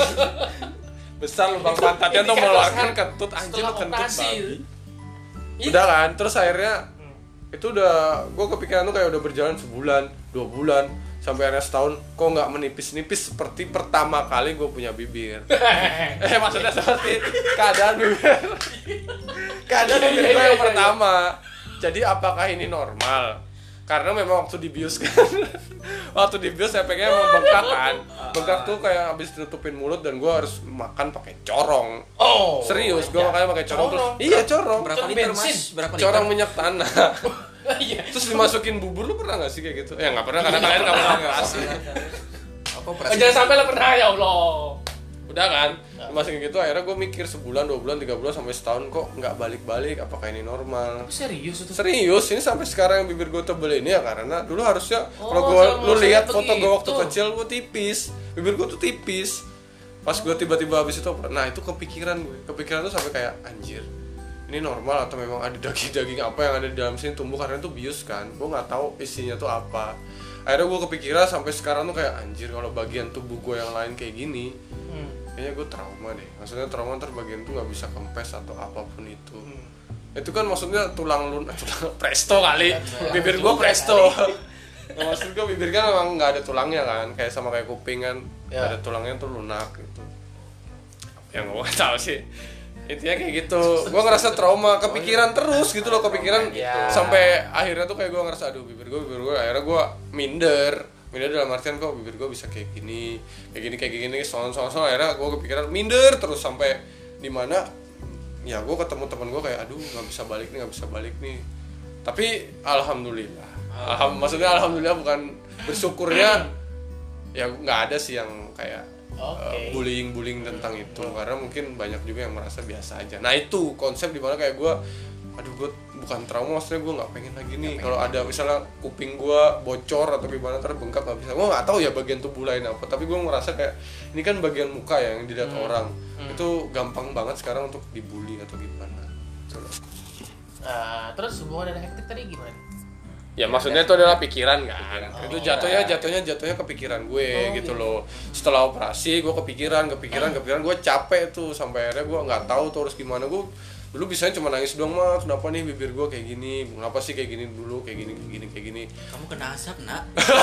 Besar lubang pantatnya tuh Indikator mengeluarkan sekarang kentut anjir, setelah kentut operasi. babi. Ih. Udah kan, terus akhirnya Hmm. itu udah gue kepikiran tuh kayak udah berjalan sebulan, dua bulan, sampai akhirnya setahun kok nggak menipis-nipis seperti pertama kali gue punya bibir. Eh maksudnya seperti keadaan bibir, keadaan bibir gue yang pertama. Jadi apakah ini normal? Karena memang waktu dibius kan, waktu dibius saya pengen mau bengkak kan, bengkak tuh kayak habis tutupin mulut dan gue harus makan pakai corong. Oh. Serius, gue ya. makannya pakai corong, terus. Corong. Iya corong. Berapa Corong liter bensin. mas? Berapa liter? Corong minyak tanah. Iya. Terus dimasukin bubur, lu pernah gak sih kayak gitu? Ya gak pernah, karena kalian gak pernah ngerasa. Apa Oh, operasi? jangan sampai lah pernah ya Allah. Udah kan, dimasukin gitu akhirnya gue mikir sebulan, dua bulan, tiga bulan, sampai setahun kok nggak balik-balik, apakah ini normal? Serius itu? Serius, ini sampai sekarang bibir gue tebel ini ya karena dulu harusnya Oh, kalau gue kalau lu maksudnya lihat foto gue begitu. waktu kecil gue tipis, bibir gue tuh tipis. Pas gue tiba-tiba habis itu, nah itu kepikiran gue, kepikiran tuh sampai kayak anjir, ini normal atau memang ada daging-daging apa yang ada di dalam sini tumbuh karena itu bius kan, gue nggak tahu isinya tuh apa. Akhirnya gue kepikiran sampai sekarang tuh kayak anjir kalau bagian tubuh gue yang lain kayak gini, Hmm. kayaknya gue trauma deh. Maksudnya trauma ntar bagian tuh nggak bisa kempes atau apapun itu. Hmm. Itu kan maksudnya tulang lun, tulang presto kali, tulang bibir gue juga presto. Nah, maksud gue bibir kan memang nggak ada tulangnya kan, kayak sama kayak kuping kan, Ya. ada tulangnya tuh lunak gitu. Yang gue nggak tahu sih. Intinya kayak gitu. Gue ngerasa trauma, kepikiran terus gitu loh, kepikiran Ya. sampai akhirnya tuh kayak gue ngerasa aduh bibir gue, bibir gue. Akhirnya gue minder. Minder dalam artian kok bibir gue bisa kayak gini, kayak gini, kayak gini, soal soal soal. Akhirnya gue kepikiran minder terus sampai di mana ya gue ketemu temen gue kayak aduh nggak bisa balik nih, nggak bisa balik nih. Tapi alhamdulillah, Alham, maksudnya alhamdulillah bukan bersyukurnya ya nggak ada sih yang kayak Oke. bullying bullying tentang itu, karena mungkin banyak juga yang merasa biasa aja. Nah itu konsep dimana kayak gue aduh gue bukan trauma, maksudnya gue nggak pengen lagi nih kalau ada misalnya kuping gue bocor atau gimana ntar bengkak nggak bisa. Gue nggak tahu ya bagian tubuh lain apa, tapi gue ngerasa kayak ini kan bagian muka ya yang dilihat Hmm. orang. Hmm. Itu gampang banget sekarang untuk dibully atau gimana. Gitu loh. Ah, terus hubungan dengan hektik tadi gimana? Ya maksudnya itu adalah pikiran kan. Oh. Itu jatuhnya jatuhnya jatuhnya kepikiran gue Oh, gitu gitu. loh. Setelah operasi gue kepikiran, kepikiran, kepikiran, gue capek tuh sampai akhirnya gue nggak tahu tuh harus gimana. Gue dulu bisanya cuma nangis doang, mah kenapa nih bibir gue kayak gini, kenapa sih kayak gini dulu, kayak gini, kayak gini, kayak gini. Kamu kena asap nak?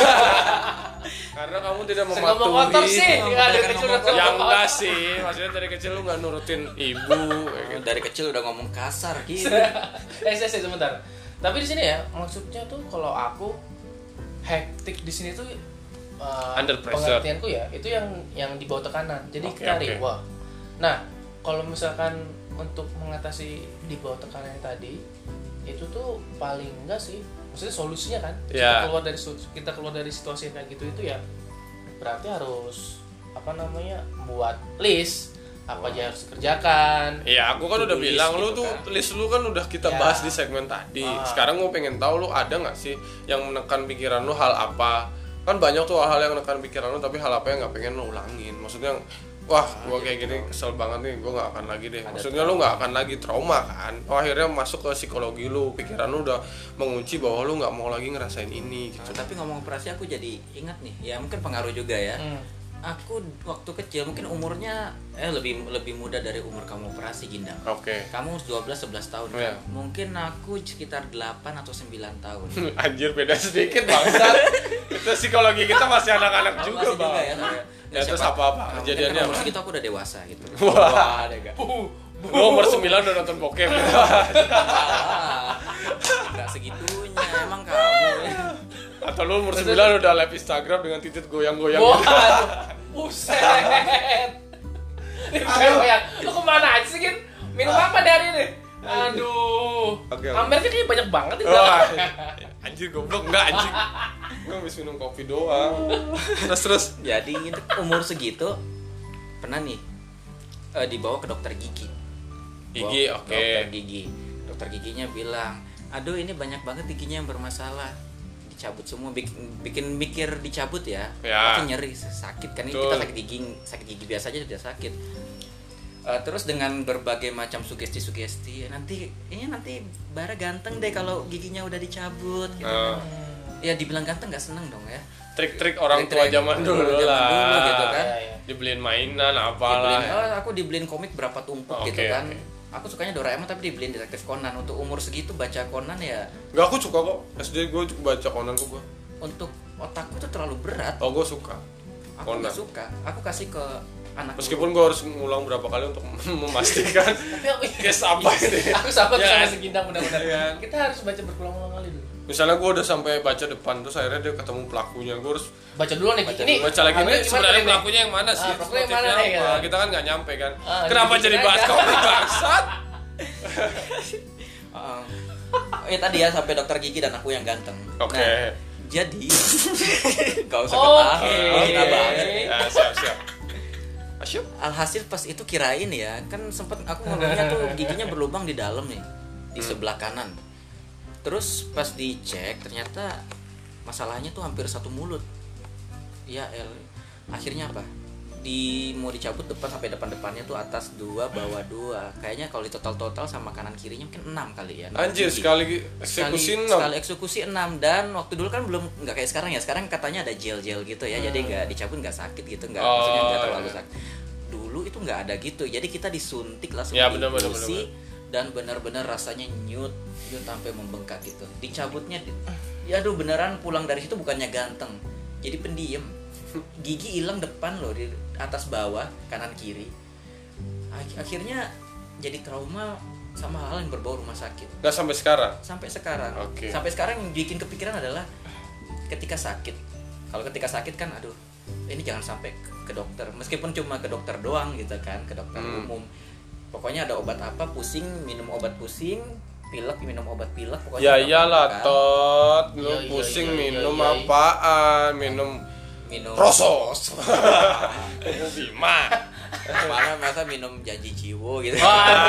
Karena kamu tidak Saya ngomong kotor mematuhi. sih. Ngomong Nggak ada kotor, kecil ngomong udah Ya ngomong enggak kotor. sih, maksudnya dari kecil lu nggak nurutin ibu. kayak gitu. Dari kecil udah ngomong kasar gitu. eh, saya, saya sebentar. Tapi di sini ya, maksudnya tuh kalau aku hektik di sini tuh uh, Under pressure. pengertianku ya, itu yang yang di bawah tekanan. Jadi Oke, kita oke. riwah. Nah, kalau misalkan untuk mengatasi di bawah tekanan yang tadi, itu tuh paling enggak sih, maksudnya solusinya kan, Ya. kita keluar dari su- kita keluar dari situasi yang kayak gitu itu ya, berarti harus apa namanya, buat list apa aja yang harus dikerjakan. Iya, aku kan To-do udah list bilang lu gitu tuh kan. list lu kan udah kita Ya. bahas di segmen tadi. Ah. Sekarang gue pengen tahu lu ada nggak sih yang menekan pikiran lu hal apa? Kan banyak tuh hal-hal yang menekan pikiran lu, tapi hal apa yang nggak pengen lu ulangin. Maksudnya, wah, gue kayak gini kesel banget nih, gue nggak akan lagi deh. Ada Maksudnya lu nggak akan lagi trauma kan? Oh, akhirnya masuk ke psikologi lu, pikiran lu udah mengunci bahwa lu nggak mau lagi ngerasain ini gitu. Nah, tapi ngomong operasi aku jadi ingat nih, ya mungkin pengaruh juga ya. Hmm. aku waktu kecil mungkin umurnya eh lebih lebih muda dari umur kamu operasi Gindang. Oke. Kamu dua belas sebelas tahun kan? Iya. Mungkin aku sekitar delapan atau sembilan tahun. Anjir beda sedikit bangsat. Itu psikologi kita masih anak-anak juga, Masih Bang. juga ya. Ya terus apa-apa Nah, mungkin kejadiannya kan umur apa? segitu aku udah dewasa gitu. Wah, ada gak? Lu umur sembilan udah nonton bokep. Malah, nggak segitunya emang kamu. Atau lu umur sembilan udah live Instagram dengan titik goyang-goyang Wah, gitu. aduh, buset. Ini goyang. Lu kemana aja sih, Gin? Minum apa dari ini? Aduh. Oke, oke. Amernya kayaknya banyak banget itu. Wah, anjir goblok enggak anjing. Gua habis minum kopi doang. Terus terus. Jadi itu umur segitu pernah nih eh, dibawa ke dokter gigi. Gigi, Bawa ke oke. Dokter gigi. Dokter giginya bilang, aduh ini banyak banget giginya yang bermasalah. Dicabut semua, bikin, bikin mikir dicabut ya. Ya. Tapi nyeri, sakit kan. Ini Betul. kita sakit gigi, sakit gigi biasa aja sudah sakit. Eh, terus dengan berbagai macam sugesti-sugesti, nanti ini nanti Bara ganteng deh kalau giginya udah dicabut gitu Ah. kan. Ya dibilang ganteng nggak seneng dong ya. Trik-trik orang tua Trik-trik zaman dulu orang zaman lah. dulu gitu kan. Iya, iya. Dibeliin mainan Dibeliin, apalah. oh, aku dibeliin komik berapa tumpuk Oke, gitu kan. oke. Aku sukanya Doraemon tapi dibeliin Detektif Conan. Untuk umur segitu baca Conan ya Enggak, aku suka kok. S D gue baca Conan kok gua. untuk otakku itu terlalu berat. Oh, gue suka. Aku Conan. nggak suka. Aku kasih ke anak. Meskipun gue harus ngulang berapa kali untuk memastikan Tapi aku guys apa ini. Aku sama Ya. sama segindang benar-benar. Ya. Kita harus baca berulang-ulang kali dulu. Misalnya gue udah sampai baca depan, terus akhirnya dia ketemu pelakunya, gue harus Baca dulu nih. Baca Ini baca lagi Amel nih gimana sebenarnya nih? pelakunya yang mana sih, Ah, pelakunya yang mana motifnya nih, apa, kan? kita kan nggak nyampe kan. Ah, Kenapa dibikin jadi bahas aja. komik bangsat? Uh, eh tadi ya sampai dokter gigi dan aku yang ganteng. Oke. Nah, jadi gak usah Oke. ketawa, kita banget. Ya, siap siap. Asyik. Alhasil pas itu kirain ya, kan sempet aku ngomongnya tuh giginya berlubang di dalam nih, di sebelah kanan. Terus pas dicek ternyata masalahnya tuh hampir satu mulut. Ya el, akhirnya apa? Di mau dicabut depan sampai depan-depannya tuh atas dua, bawah dua. Kayaknya kalau di total-total sama kanan kirinya mungkin enam kali ya. enam Anjir, gigi. sekali sekali, eksekusi enam. sekali eksekusi enam. Dan waktu dulu kan belum nggak kayak sekarang ya, sekarang katanya ada gel-gel gitu ya, jadi nggak dicabut nggak sakit gitu, nggak Oh, maksudnya nggak terlalu iya. sakit. Dulu itu nggak ada gitu, jadi kita disuntik langsung Ya, bener, bener, diinfusi, dan benar-benar rasanya nyut nyut sampai membengkak gitu. Dicabutnya di- ya aduh beneran pulang dari situ bukannya ganteng, jadi pendiam. Gigi hilang depan loh, di atas bawah kanan kiri. Ak- akhirnya jadi trauma sama hal yang berbau rumah sakit Nggak sampai sekarang. sampai sekarang. Oke. Sampai sekarang yang bikin kepikiran adalah ketika sakit. Kalau ketika sakit kan aduh, ini jangan sampai ke, ke dokter. Meskipun cuma ke dokter doang gitu kan, ke dokter Hmm. umum. Pokoknya ada obat apa, pusing, minum obat pusing, pilek, minum obat pilek, pokoknya Ya nggak iyalah, apa-apa. tot. Lu Iya, iya, pusing iya, iya, minum iya, iya. apaan? Minum Minum Prosos. Minum Bima. mana masa minum janji jiwo gitu.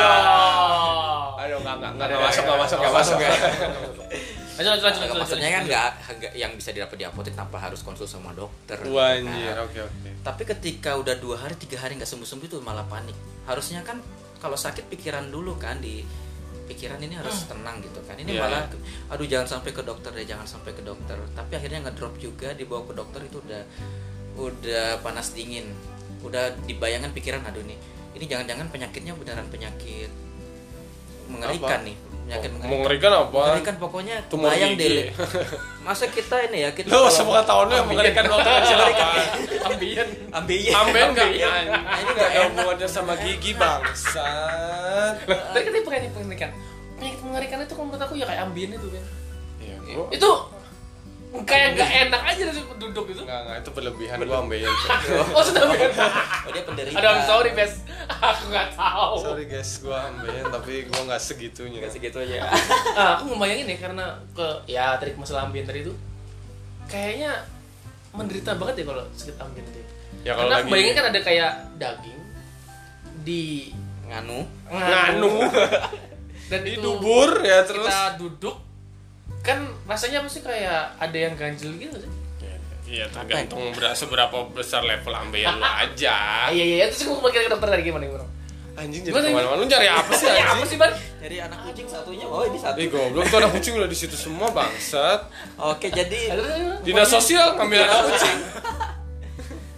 Waduh. Aduh, enggak enggak enggak masuk, enggak masuk, enggak masuk. ya. Lanjut lanjut lanjut. lanjut, Maksudnya kan lanjut. nggak nggak- yang bisa didapat di apotek tanpa harus konsul sama dokter. Wah, Nah, anjir. Oke, oke. tapi ketika udah dua hari tiga hari nggak sembuh sembuh itu malah panik. Harusnya kan kalau sakit pikiran dulu kan, di pikiran ini harus tenang gitu kan. Ini Iya, malah iya. aduh jangan sampai ke dokter deh, jangan sampai ke dokter. Tapi akhirnya ngedrop juga, dibawa ke dokter itu udah udah panas dingin. Udah dibayangkan pikiran aduh nih. Ini jangan-jangan penyakitnya beneran penyakit mengerikan Apa? nih. Penyakit Oh, mengerikan apa? Mengerikan pokoknya Tumor bayang gigi. deh. Masa kita ini ya kita Lu kalau- sepengetahuan lu yang mengerikan dokter siapa? Ambien. Ambil Amben enggak? Amben. Nah, ini enggak ada hubungannya sama gigi, bangsat. Tadi kan itu penyakit mengerikan. Penyakit mengerikan itu kalau menurut aku ya kayak ambien itu kan. Iya, gua Itu kayak nggak enak aja sih duduk itu. enggak enggak itu berlebihan gua ambeien. Oh sudah bener. Oh dia penderita. Aduh, I'm sorry Bes. Aku nggak tahu. Sorry guys, gua ambeien tapi gua enggak segitunya. Nggak segitu aja. Ah, aku ngebayangin ya karena ke ya trik masalah ambien tadi itu kayaknya menderita banget ya kalau sakit ambien itu. Ya kalau Karena aku lagi bayangin kan ada kayak daging di Nganu. nganu dan di itu dubur ya terus. kita duduk kan rasanya pasti kayak ada yang ganjel gitu sih. Iya, tergantung ber- seberapa besar level ambeien lu aja. Ah, iya iya terus aku kembali ke dokter tadi gimana gimana. Anjing jadi Gimana, kemana-mana. Lu nyari apa sih Ini apa anjing? sih, Bar? Jadi anak kucing satunya, oh ini satu. Ih goblok, tuh anak kucing udah di situ semua bangsat. Oke, jadi Aduh, aduh, aduh. Dinas sosial ngambil anak kucing.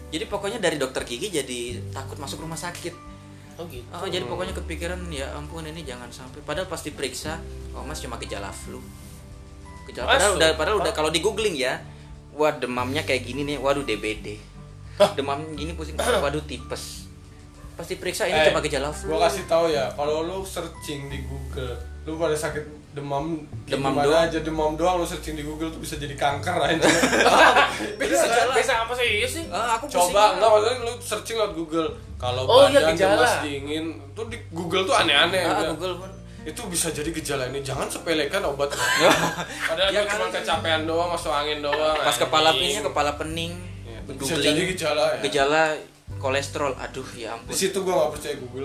Jadi pokoknya dari dokter gigi jadi takut masuk rumah sakit. Oh gitu. Oh, jadi pokoknya kepikiran ya ampun ini jangan sampai. Padahal pas diperiksa, oh mas cuma gejala flu. Gejala padahal Masuk. udah padahal udah kalau di googling ya, wah demamnya kayak gini nih, waduh D B D. Demam gini pusing, waduh tipes. Pas diperiksa ini Eh, cuma gejala flu. Gua kasih tahu ya, kalau lu searching di Google, lu pada sakit demam, Demam gimana doang. aja demam doang lu searching di Google tuh bisa jadi kanker aja. Bisa bisa apa sih sih? Ah, aku pusing. Coba enggak maksudnya lu searching lewat Google. Kalau Oh, iya, badan gejala. lemas dingin, tuh di Google tuh aneh-aneh. Ah, udah. Google pun. Itu bisa jadi gejala ini. Jangan sepelekan obat. Padahal Ya itu cuma kan. kecapean doang, masuk angin doang. Pas kepala anjing. pening, kepala pening. Ya, Googling. bisa jadi gejala ya. Gejala kolesterol. Aduh ya Di ampun. situ gua nggak percaya Google.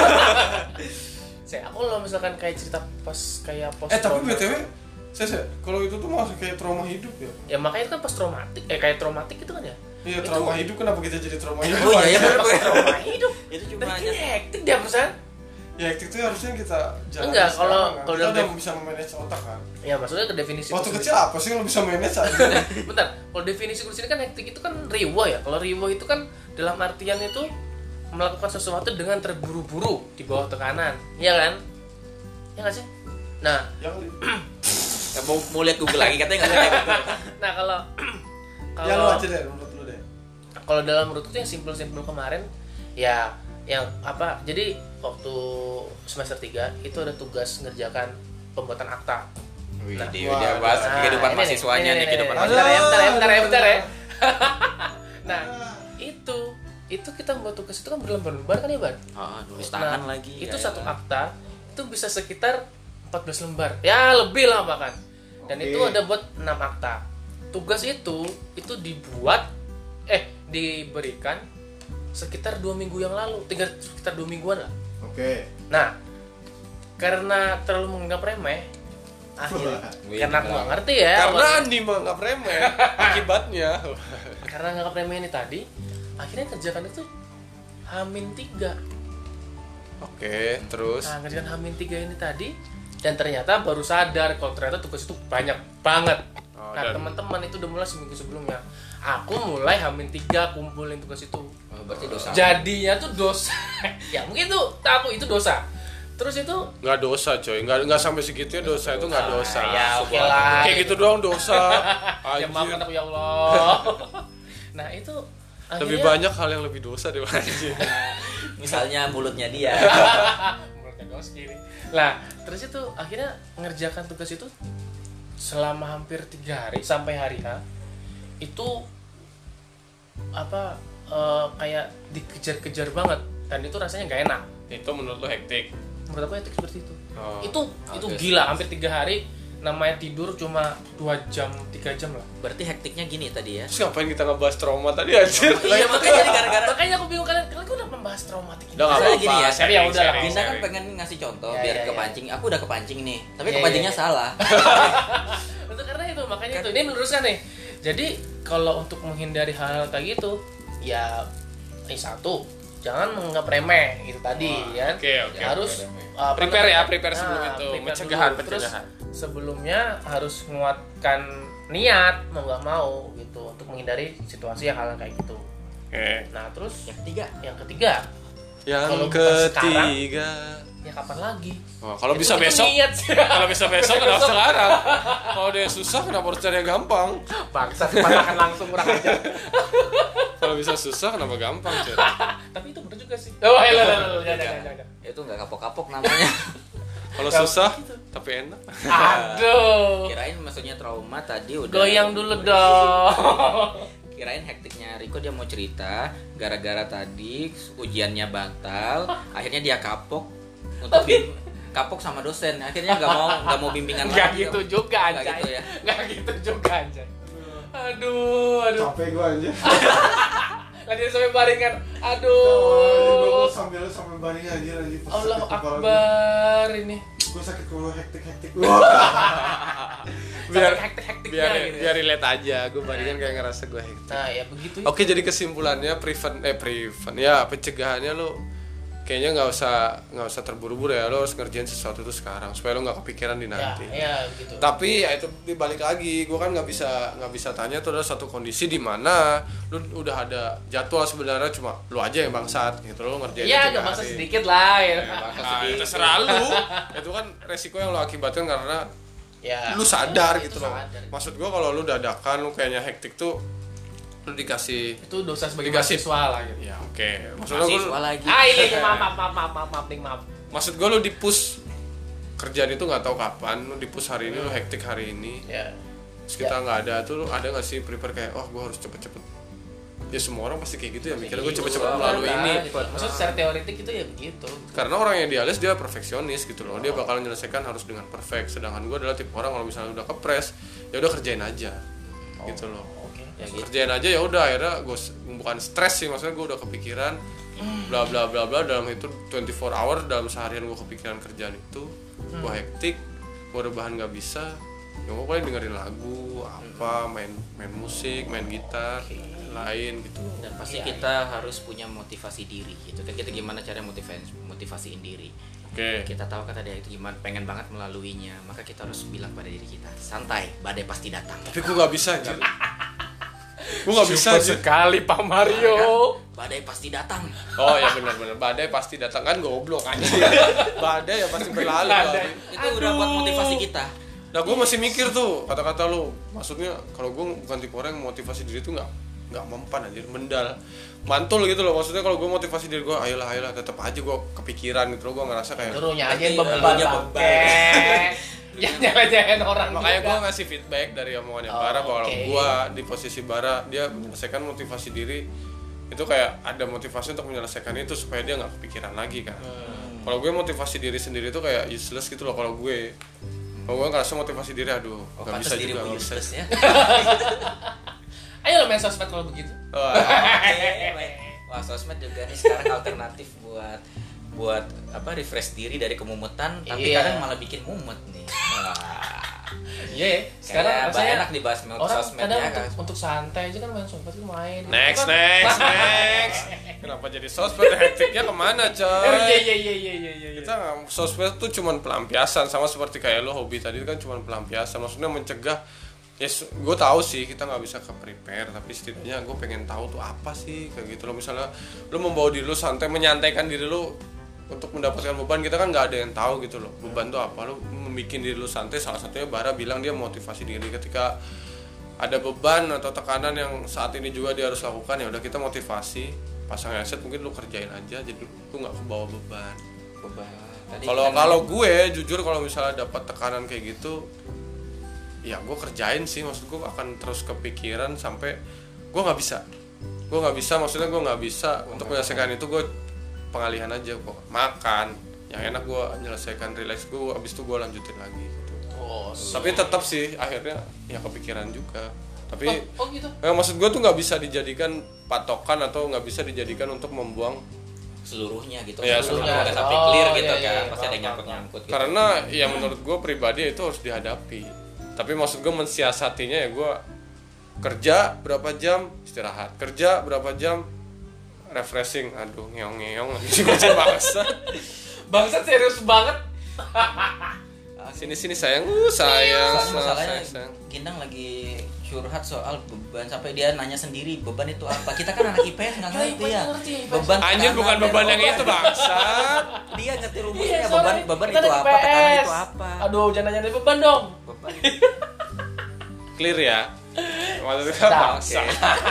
Saya aku kalau misalkan kayak cerita pas kayak post eh tapi trauma- btw, saya, saya kalau itu tuh masih kayak trauma hidup ya. ya makanya itu kan post traumatik eh kayak traumatik itu kan ya. Iya Itu- trauma hidup kenapa kita jadi trauma hidup? Oh iya, iya, bener. Pas trauma hidup. Itu cuma Dan hanya kayaknya hektik dia perusahaan. Ya hektik itu harusnya kita jalan. Enggak, kalau- kalau kita dalam- udah bisa manage otak kan. Ya maksudnya ke definisi Waktu kursi- kecil apa sih lo bisa manage aja? Bentar, kalau definisi kursi ini kan hektik itu kan riwa ya. Kalau riwa itu kan dalam artian itu melakukan sesuatu dengan terburu-buru di bawah tekanan, iya kan? Ya nggak sih? Nah, Yang Ya, mau mau lihat Google lagi katanya nggak lihat Google. nah kalau ya lo kalau aja deh menurut lo deh. kalau dalam menurutku tuh yang simpel-simpel kemarin ya yang apa? Jadi waktu semester tiga itu ada tugas ngerjakan pembuatan akta. Wih, Nah, dia wah, udah bahas nah, kehidupan ini nih, mahasiswanya ini nih, kehidupan ini, mahasiswa. bentar ya, bentar ya, bentar ya, bentar ya. Nah, itu itu kita membuat tugas itu kan berlembar-lembar kan ya, Ban? Ah, nulis tangan Nah, lagi. itu ya, satu ya. akta itu bisa sekitar empat belas lembar. Ya, lebih lah bahkan. Dan Oke. itu ada buat enam akta. Tugas itu itu dibuat eh diberikan sekitar dua minggu yang lalu, tiga sekitar dua mingguan lah. Oke. Nah, karena terlalu menganggap remeh, akhirnya Wih, karena aku gila. nggak ngerti ya, Karena awalnya. Andi mah nggak remeh akibatnya. karena nganggap remeh ini tadi, akhirnya kerjakan itu Hamin tiga. Oke, terus Nah, ngerjakan Hamin tiga ini tadi, dan ternyata baru sadar kalau ternyata tugas itu banyak banget. Oh, Nah, dan- teman-teman itu udah mulai seminggu sebelumnya. Aku mulai Hamin tiga kumpulin tugas itu. Oh, berarti dosa. Jadinya tuh dosa. Ya mungkin tuh aku itu dosa. Terus itu nggak dosa coy, nggak nggak sampai segitunya dosa itu nggak dosa. ya oke Sebuah- lah. Kayak gitu doang dosa. Ya Anjir. maafkan aku ya Allah. Nah, itu Lebih akhirnya- banyak hal yang lebih dosa deh anjir. Misalnya mulutnya dia. Mulutnya Goski nih. Nah, terus itu akhirnya ngerjakan tugas itu selama hampir tiga hari sampai hari H itu apa eh, kayak dikejar-kejar banget dan itu rasanya nggak enak. Itu menurut lo hektik. Menurut aku etik seperti itu. Oh. Itu itu Oke. gila, hampir tiga hari namanya tidur cuma dua jam tiga jam lah. Berarti hektiknya gini tadi ya. Terus ngapain kita ngebahas trauma tadi anjir? Iya, makanya jadi gara-gara Makanya aku bingung kalian kalian kok udah membahas traumatik ini. Udah nggak Misalnya apa-apa. gini ya, tapi ya udah lah. sharing, Dinda kan sharing. pengen ngasih contoh Ya, biar ya, ya. kepancing. Aku udah kepancing nih, tapi Ya, kepancingnya ya, ya. salah. Untuk karena itu makanya Kan- itu ini meluruskan nih. Jadi kalau untuk menghindari hal-hal kayak gitu, ya ini satu, jangan menganggap remeh gitu tadi Wah, ya. oke, oke, Harus oke, remeh. apa Prepare ya, namanya? prepare sebelum itu. prepare Pencegahan, dulu. Terus pencegahan. sebelumnya harus menguatkan niat mau nggak mau gitu untuk menghindari situasi yang hal kayak gitu. Oke. Nah terus Yang ketiga, yang ketiga, Yang Kalau bukan sekarang, ketiga. ya kapan lagi? Oh, kalau Itu- bisa itu besok. niat sih. Kalau bisa besok kenapa sekarang? Kalau dia susah kenapa harus cari yang gampang? Bangsa patahkan langsung kurang aja. Kalau bisa susah kenapa gampang, coy? Tapi itu bener juga sih. Oh, ya, ya, ya, ya, ya, ya, ya. itu nggak kapok-kapok namanya. Kalau Nggak susah gitu. tapi enak. Aduh. Kirain maksudnya trauma tadi udah. Goyang dulu dong. Kirain hektiknya Riko dia mau cerita gara-gara tadi ujiannya batal, akhirnya dia kapok untuk bim- kapok sama dosen, akhirnya nggak mau nggak mau bimbingan Enggak lagi. gitu juga Nggak anjay. gitu ya. Enggak gitu juga anjay. Aduh, aduh. Capek gua anjir. Lagi sampai baringan. Aduh. sambil sambil baring anjir anjir. Allah Akbar ini. Gua sakit kalau hektik-hektik. Biar biar hektik-hektiknya biar gitu. biar relate aja. Gua baringan kayak ngerasa gua hektik. Nah, ya begitu. Oke, jadi kesimpulannya prevent eh prevent ya pencegahannya lo kayaknya nggak usah nggak usah terburu-buru ya, lo harus ngerjain sesuatu itu sekarang supaya lo nggak kepikiran di nanti. Ya, ya gitu. Tapi ya itu dibalik lagi, gue kan nggak bisa nggak bisa tanya tuh ada satu kondisi di mana lo udah ada jadwal sebenarnya cuma lo aja yang bangsat gitu, lo ngerjain Ya, tiga agak masa hari. sedikit lah ya. Nah, itu terserah lu. Itu kan resiko yang lo akibatkan karena Ya. lu sadar Ya, gitu itu loh. sadar. Maksud gue kalau lu dadakan lu kayaknya hektik tuh lu dikasih Itu dosa sebagai dikasih mahasiswa lah gitu. ya oke. Maksudnya gue Mahasiswa lagi. Ah, iya, iya, maaf, maaf, maaf, maaf, maaf, maaf, Ding, maaf. maksud gue lu dipus kerjaan itu nggak tahu kapan, lu dipus hari ini lu hektik hari ini. Ya. Terus kita nggak ada tuh, lu ada nggak sih prepare kayak oh gue harus cepet-cepet. Ya semua orang pasti kayak gitu ya, mikirnya gue cepet-cepet melalui ini. Maksudnya secara teoretik itu ya begitu. Karena orang yang idealis dia perfeksionis gitu loh, dia bakal menyelesaikan harus dengan perfect. Sedangkan gue adalah tipe orang kalau misalnya udah kepres ya udah kerjain aja gitu loh. Oke. Ya gitu. Kerjain aja ya udah, akhirnya gue bukan stres sih, maksudnya gue udah kepikiran bla bla bla bla dalam itu dua puluh empat hour, dalam seharian gue kepikiran kerjaan itu, gue hektik, gue rebahan nggak bisa, ya gue paling dengerin lagu apa, main main musik, main gitar lain gitu. Dan pasti Iya, kita harus punya motivasi diri gitu. Dan kita gimana cara motivasi motivasiin diri. Oke. Kita tahu kan tadi itu gimana, pengen banget melaluinya, maka kita harus bilang pada diri kita, santai, badai pasti datang. Tapi gue nggak bisa anjir. Gue nggak bisa Super anjir. sekali Pak Mario. Badai pasti datang. Oh ya benar-benar, badai pasti datang kan, goblok anjir. Badai ya pasti berlalu. Badai. Abi. Itu udah buat motivasi kita. Nah gue masih mikir tuh kata-kata lu, maksudnya kalau gue bukan tipe orang yang motivasi diri tuh nggak nggak mempan anjir, mendal, mantul gitu loh. Maksudnya kalau gue motivasi diri gue, ayolah ayolah, tetap aja gue kepikiran gitu loh, gue ngerasa kayak Turunya aja Berarti beban elunya beban. beban. Jangan nyalahin orang. makanya gue juga. ngasih feedback dari omongannya Oh, Bara bahwa oke. gue di posisi Bara, dia menyelesaikan motivasi diri itu kayak ada motivasi untuk menyelesaikan itu supaya dia nggak kepikiran lagi kan. Hmm. Kalau gue motivasi diri sendiri tuh kayak useless gitu loh. Kalau gue kalau gue ngerasa motivasi diri, aduh Oh, nggak bisa pantas juga, dirimu nggak bisa. useless ya. Ayo lo main sosmed kalau begitu. Wah, Oke, baik. Wah, sosmed juga nih sekarang alternatif buat buat apa refresh diri dari kemumutan, tapi Iya. kadang malah bikin mumet nih. Wah. Iya, sekarang Kayak rasanya enak dibahas sama orang sosmed kadang ya untuk, kan. untuk santai aja kan main sosmed itu main. next Kan- next next. Kenapa jadi sosmed? Hektiknya kemana Eh, coy? Iya iya iya iya iya iya. Kita nggak- sosmed tuh cuman pelampiasan, sama seperti kayak lo hobi tadi kan cuman pelampiasan, maksudnya mencegah. Yes, gue tahu sih kita nggak bisa ke prepare, tapi setidaknya gue pengen tahu tuh apa sih kayak gitu. Lo misalnya lo membawa diri lo santai, menyantaikan diri lo untuk mendapatkan beban, kita kan nggak ada yang tahu gitu loh beban tuh apa. Lo membuat diri lo santai, salah satunya Bara bilang dia motivasi diri ketika ada beban atau tekanan yang saat ini juga dia harus lakukan, ya udah kita motivasi, pasang headset, mungkin lo kerjain aja jadi lo nggak kebawa beban. Beban. Tadi Kalau kita- kalau gue jujur kalau misalnya dapat tekanan kayak gitu, ya gue kerjain sih, maksud gue akan terus kepikiran sampai gue nggak bisa, gue nggak bisa, maksudnya gue nggak bisa untuk menyelesaikan itu. Gue pengalihan aja, gue makan yang enak, gue menyelesaikan relax, gue abis itu gue lanjutin lagi gitu. Oh, Tapi tetap sih akhirnya ya kepikiran juga. Tapi oh, oh gitu. eh, maksud gue tuh nggak bisa dijadikan patokan atau nggak bisa dijadikan untuk membuang. seluruhnya gitu. Iya, seluruhnya seluruhnya. sampai Oh, clear iya, gitu iya, kan. iya, Pasti ada paham, yang nyangkut-nyangkut gitu. Karena ya menurut gue pribadi itu harus dihadapi. Tapi maksud gue mensiasatinya ya gue kerja berapa jam istirahat, kerja berapa jam refreshing. Aduh ngeong-ngeong anjing gue bangsa. Bangsat serius banget. Sini-sini sayang, uh sayang, Soalnya sayang, masalahnya sayang, sayang. Gindang lagi curhat soal beban sampai dia nanya sendiri beban itu apa. Kita kan anak I P S nggak Kita ngerti I P S ya. nggak ngerti, I P S. Beban Anjir tekanan bukan dan beban yang beban. itu bangsa. Dia ngerti Iya, rumusnya sorry. beban beban Kita itu anak apa, I P S. tekanan itu apa. Aduh, jangan nanya beban dong. Beban. Clear ya. Maksudnya Nah, bangsa.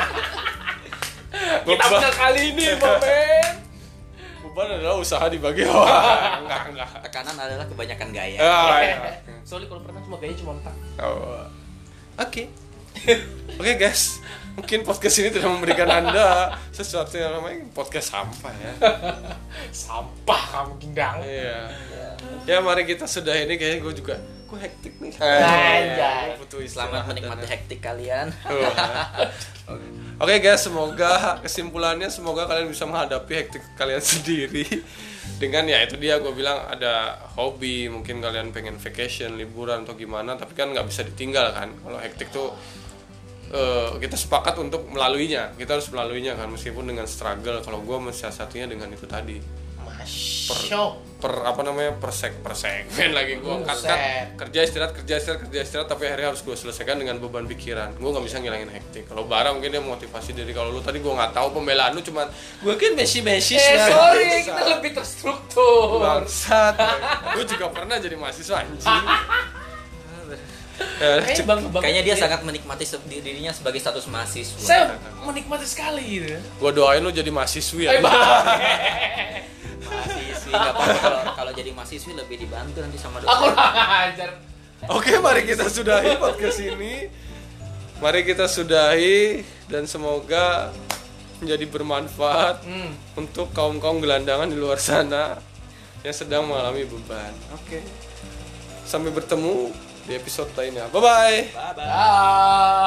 Kita Beban, benar kali ini, momen. beban adalah usaha dibagi orang. Enggak, enggak. Tekanan adalah kebanyakan gaya. Ah, ya. Soalnya kalau pernah semua gayanya cuma empat. Oh. Oke. Oke guys, mungkin podcast ini tidak memberikan Anda sesuatu yang namanya podcast sampah ya. Sampah kamu Gindang. Iya. Ya mari kita sudah ini, kayaknya gue juga gue hektik nih. Anjay. Gue butuh Selamat istirahat menikmati dan- hektik kalian. Oke guys, semoga kesimpulannya semoga kalian bisa menghadapi hektik kalian sendiri dengan ya itu dia gue bilang ada hobi, mungkin kalian pengen vacation, liburan atau gimana, tapi kan nggak bisa ditinggal kan. Kalau hektik tuh eh, kita sepakat untuk melaluinya, kita harus melaluinya kan meskipun dengan struggle. Kalau gue mensiasatinya dengan itu tadi. Masuk. per apa namanya per seg per segmen lagi gue cut cut Buset. kerja istirahat kerja istirahat kerja istirahat tapi akhirnya harus gue selesaikan dengan beban pikiran. Gue nggak bisa ngilangin hektik. Kalau Bara mungkin dia motivasi diri. Kalau lu tadi gue nggak tahu pembelaan lu cuman gue kan Messi Messi Eh sorry, kita lebih terstruktur. bangsat. Gue juga pernah jadi mahasiswa anjing. Ya, Kayaknya bang, bang, Kayaknya dia sangat menikmati se- dirinya sebagai status mahasiswa. Saya menikmati sekali gitu. gue doain lu jadi mahasiswi ya. Eh, bang. Mahasiswi nggak apa-apa kalau kalau jadi mahasiswi lebih dibantu nanti sama dosen. Aku ngajar. Oke, mari kita sudahi podcast ini. Mari kita sudahi dan semoga menjadi bermanfaat Hmm. untuk kaum-kaum gelandangan di luar sana yang sedang mengalami beban. Oke. Sampai bertemu di episode lainnya. Bye bye. Bye bye. Bye.